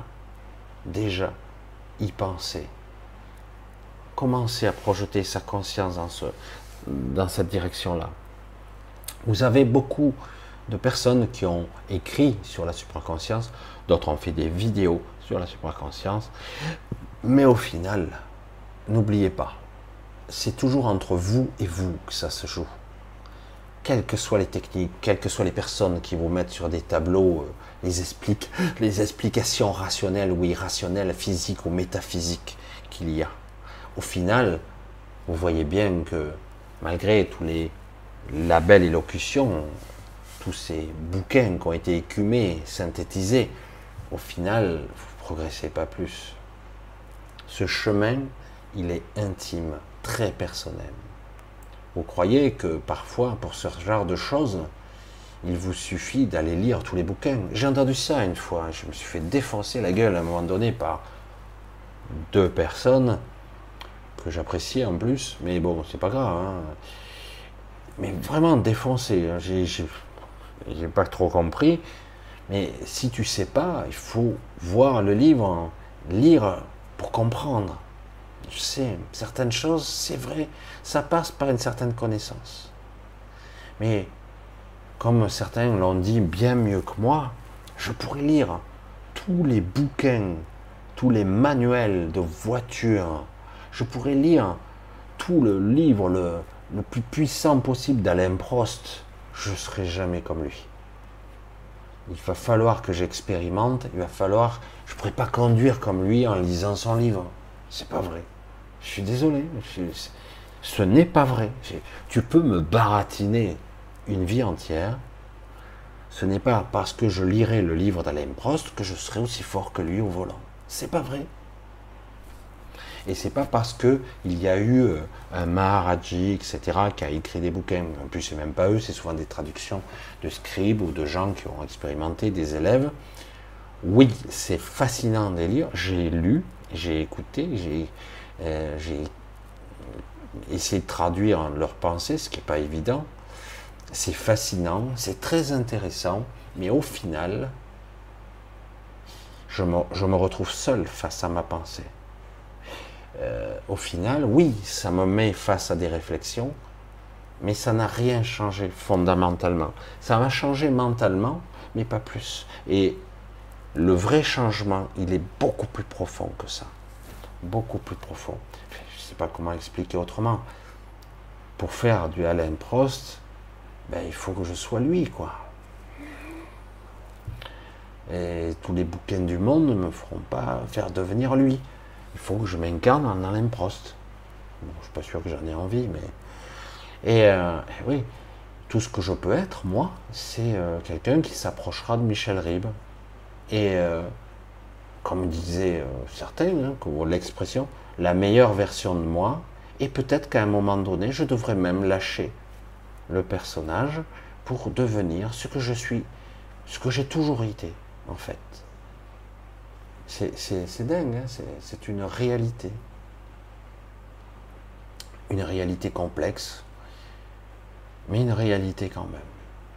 y penser. Commencer à projeter sa conscience dans cette direction-là. Vous avez beaucoup de personnes qui ont écrit sur la supraconscience, d'autres ont fait des vidéos sur la supraconscience, mais au final, n'oubliez pas, c'est toujours entre vous et vous que ça se joue. Quelles que soient les techniques, quelles que soient les personnes qui vous mettent sur des tableaux, les explications rationnelles ou irrationnelles, physiques ou métaphysiques qu'il y a. Au final, vous voyez bien que malgré tous les la belle élocution, tous ces bouquins qui ont été écumés, synthétisés, au final, vous ne progressez pas plus. Ce chemin, il est intime, très personnel. Vous croyez que parfois, pour ce genre de choses, il vous suffit d'aller lire tous les bouquins. J'ai entendu ça une fois, je me suis fait défoncer la gueule à un moment donné par deux personnes que j'appréciais en plus, mais bon, c'est pas grave, hein. Mais vraiment défoncé, j'ai pas trop compris, mais si tu sais pas, il faut voir le livre, lire pour comprendre. Je sais, certaines choses, c'est vrai, ça passe par une certaine connaissance. Mais comme certains l'ont dit bien mieux que moi, je pourrais lire tous les bouquins, tous les manuels de voiture, je pourrais lire tout le livre, le plus puissant possible d'Alain Prost, je ne serai jamais comme lui. Il va falloir que j'expérimente, il va falloir, je ne pourrai pas conduire comme lui en lisant son livre. C'est pas vrai. Je suis désolé, ce n'est pas vrai. Tu peux me baratiner une vie entière. Ce n'est pas parce que je lirai le livre d'Alain Prost que je serai aussi fort que lui au volant. C'est pas vrai. Et c'est pas parce que il y a eu un Maharaji, etc., qui a écrit des bouquins. En plus, c'est même pas eux, c'est souvent des traductions de scribes ou de gens qui ont expérimenté, des élèves. Oui, c'est fascinant de les lire. J'ai lu, j'ai écouté, j'ai essayé de traduire leurs pensées, ce qui n'est pas évident. C'est fascinant, c'est très intéressant, mais au final, je me retrouve seul face à ma pensée. Au final, oui, ça me met face à des réflexions, mais ça n'a rien changé fondamentalement. Ça m'a changé mentalement, mais pas plus. Et le vrai changement, il est beaucoup plus profond que ça. Beaucoup plus profond. Je ne sais pas comment expliquer autrement. Pour faire du Alain Prost, ben, il faut que je sois lui, quoi. Et tous les bouquins du monde ne me feront pas faire devenir lui. Il faut que je m'incarne en Alain Prost. Bon, je ne suis pas sûr que j'en ai envie, mais... Et oui, tout ce que je peux être, moi, c'est quelqu'un qui s'approchera de Michel Ribes. Et comme disaient certains, hein, l'expression, la meilleure version de moi, et peut-être qu'à un moment donné, je devrais même lâcher le personnage pour devenir ce que je suis, ce que j'ai toujours été, en fait. C'est dingue, hein, c'est une réalité. Une réalité complexe, mais une réalité quand même.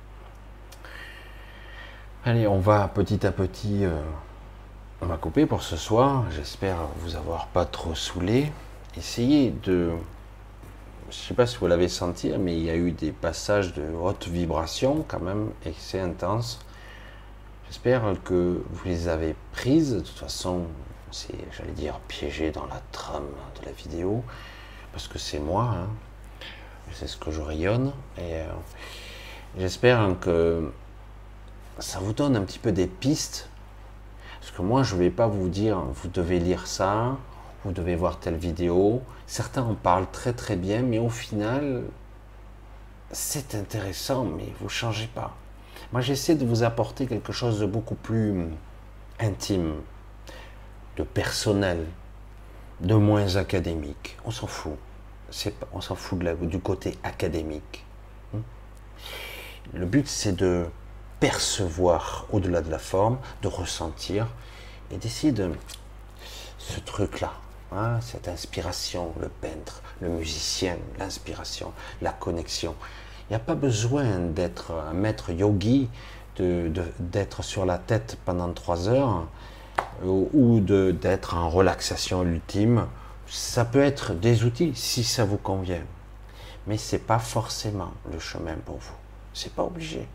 Allez, on va petit à petit, on va couper pour ce soir. J'espère vous avoir pas trop saoulé. Essayez de... Je ne sais pas si vous l'avez senti, mais il y a eu des passages de haute vibration quand même, et c'est intense. J'espère que vous les avez prises. De toute façon, c'est, j'allais dire, piégé dans la trame de la vidéo, parce que c'est moi, hein. C'est ce que je rayonne, et j'espère que ça vous donne un petit peu des pistes, parce que moi je ne vais pas vous dire, vous devez lire ça, vous devez voir telle vidéo. Certains en parlent très très bien, mais au final, c'est intéressant, mais vous ne changez pas. Moi, j'essaie de vous apporter quelque chose de beaucoup plus intime, de personnel, de moins académique. On s'en fout. On s'en fout du côté académique. Le but, c'est de percevoir au-delà de la forme, de ressentir et d'essayer de ce truc-là, hein, cette inspiration, le peintre, le musicien, l'inspiration, la connexion. Il n'y a pas besoin d'être un maître yogi, d'être sur la tête pendant 3 heures ou d'être en relaxation ultime. Ça peut être des outils si ça vous convient, mais c'est pas forcément le chemin pour vous. C'est pas obligé.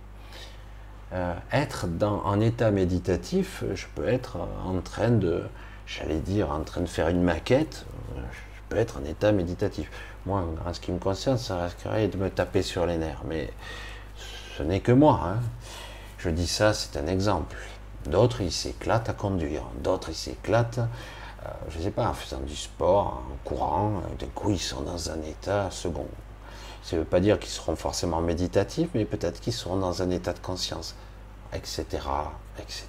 Être en état méditatif, je peux être en train de, j'allais dire, en train de faire une maquette. Je peux être en état méditatif. Moi, en ce qui me concerne, ça risquerait de me taper sur les nerfs, mais ce n'est que moi, hein. Je dis ça, c'est un exemple. D'autres, ils s'éclatent à conduire. D'autres, ils s'éclatent, je ne sais pas, en faisant du sport, en courant. D'un coup, ils sont dans un état second. Ça ne veut pas dire qu'ils seront forcément méditatifs, mais peut-être qu'ils seront dans un état de conscience, etc., etc.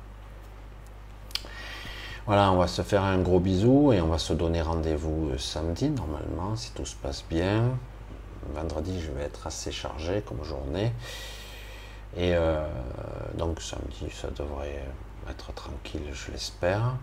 Voilà, on va se faire un gros bisou et on va se donner rendez-vous samedi, normalement, si tout se passe bien. Vendredi, je vais être assez chargé comme journée. Et donc samedi, ça devrait être tranquille, je l'espère.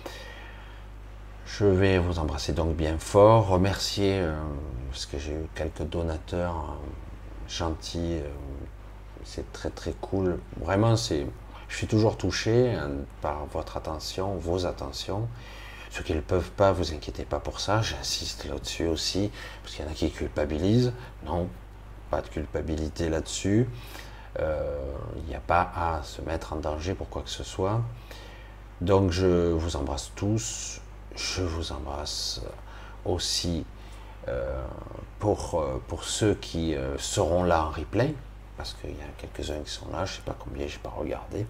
Je vais vous embrasser donc bien fort, remercier, parce que j'ai eu quelques donateurs gentils, c'est très très cool. Vraiment, je suis toujours touché par votre attention, vos attentions. Ceux qui ne le peuvent pas, vous inquiétez pas pour ça, j'insiste là-dessus aussi, parce qu'il y en a qui culpabilisent. Non, pas de culpabilité là-dessus. Il n'y a pas à se mettre en danger pour quoi que ce soit. Donc je vous embrasse tous. Je vous embrasse aussi pour ceux qui seront là en replay, parce qu'il y a quelques-uns qui sont là, je ne sais pas combien, je n'ai pas regardé.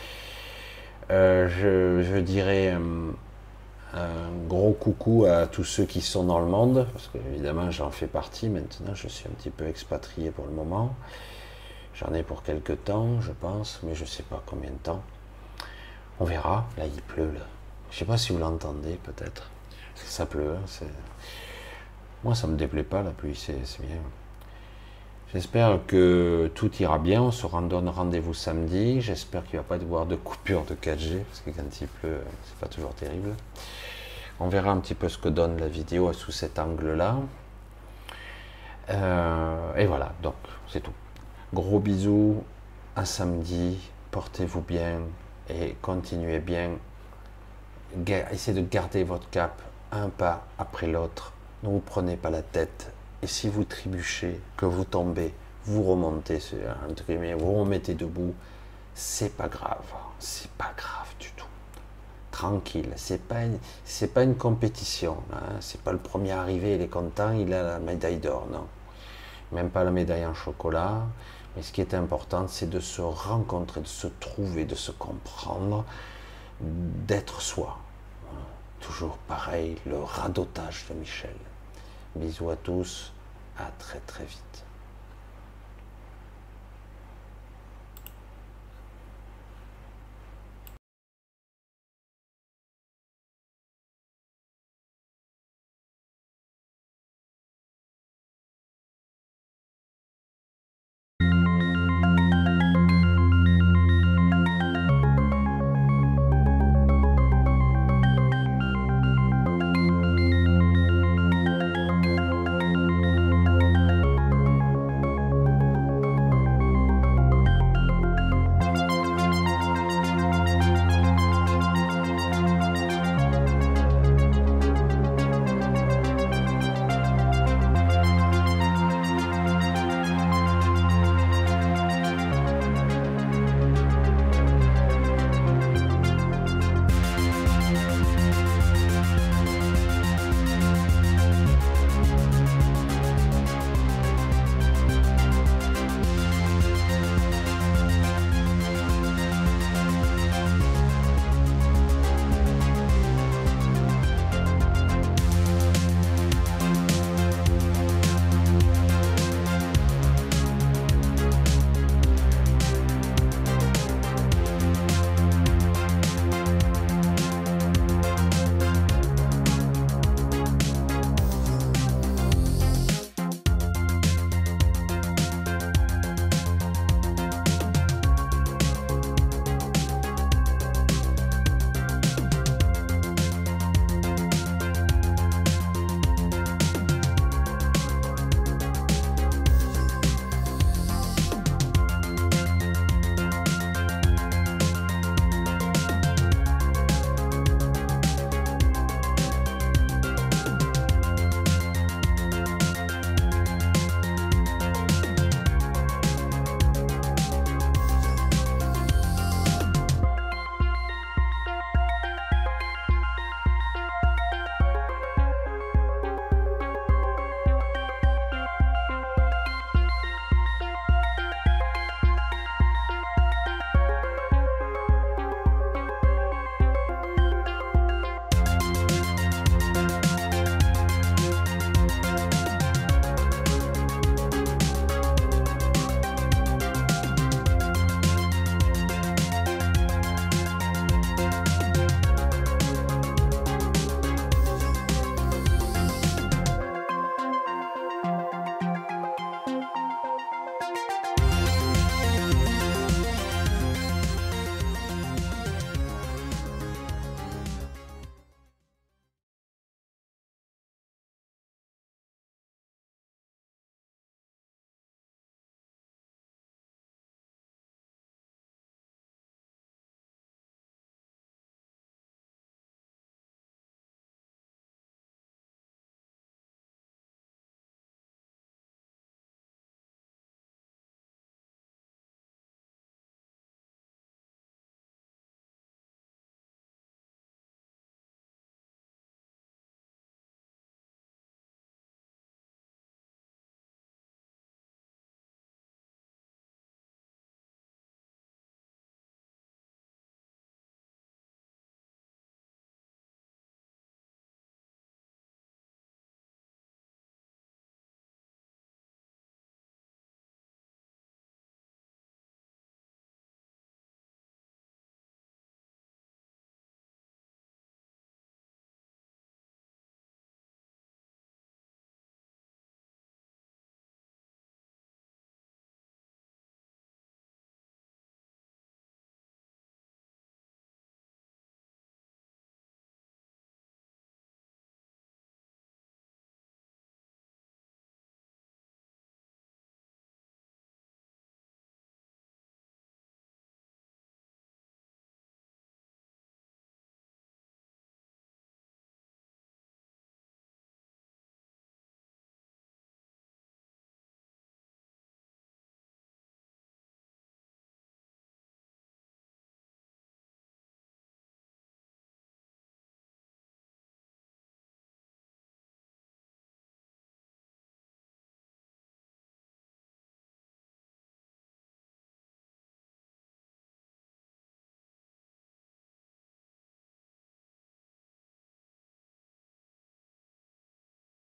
Je dirais un gros coucou à tous ceux qui sont dans le monde, parce que évidemment j'en fais partie maintenant, je suis un petit peu expatrié pour le moment. J'en ai pour quelques temps, je pense, mais je ne sais pas combien de temps. On verra, là il pleut, là. Je ne sais pas si vous l'entendez peut-être. Ça pleut, hein, moi ça me déplaît pas la pluie, c'est bien. J'espère que tout ira bien, on se donne rendez-vous samedi, j'espère qu'il ne va pas y avoir de coupure de 4G, parce que quand il pleut, c'est pas toujours terrible. On verra un petit peu ce que donne la vidéo sous cet angle-là. Et voilà, donc c'est tout. Gros bisous, à samedi, portez-vous bien et continuez bien. Essayez de garder votre cap un pas après l'autre. Ne vous prenez pas la tête. Et si vous trébuchez, que vous tombez, vous remontez, entre guillemets, vous remettez debout, c'est pas grave. C'est pas grave du tout. Tranquille. C'est pas une compétition. Hein. C'est pas le premier arrivé, il est content, il a la médaille d'or. Non. Même pas la médaille en chocolat. Mais ce qui est important, c'est de se rencontrer, de se trouver, de se comprendre, d'être soi. Voilà. Toujours pareil, le radotage de Michel. Bisous à tous, à très très vite.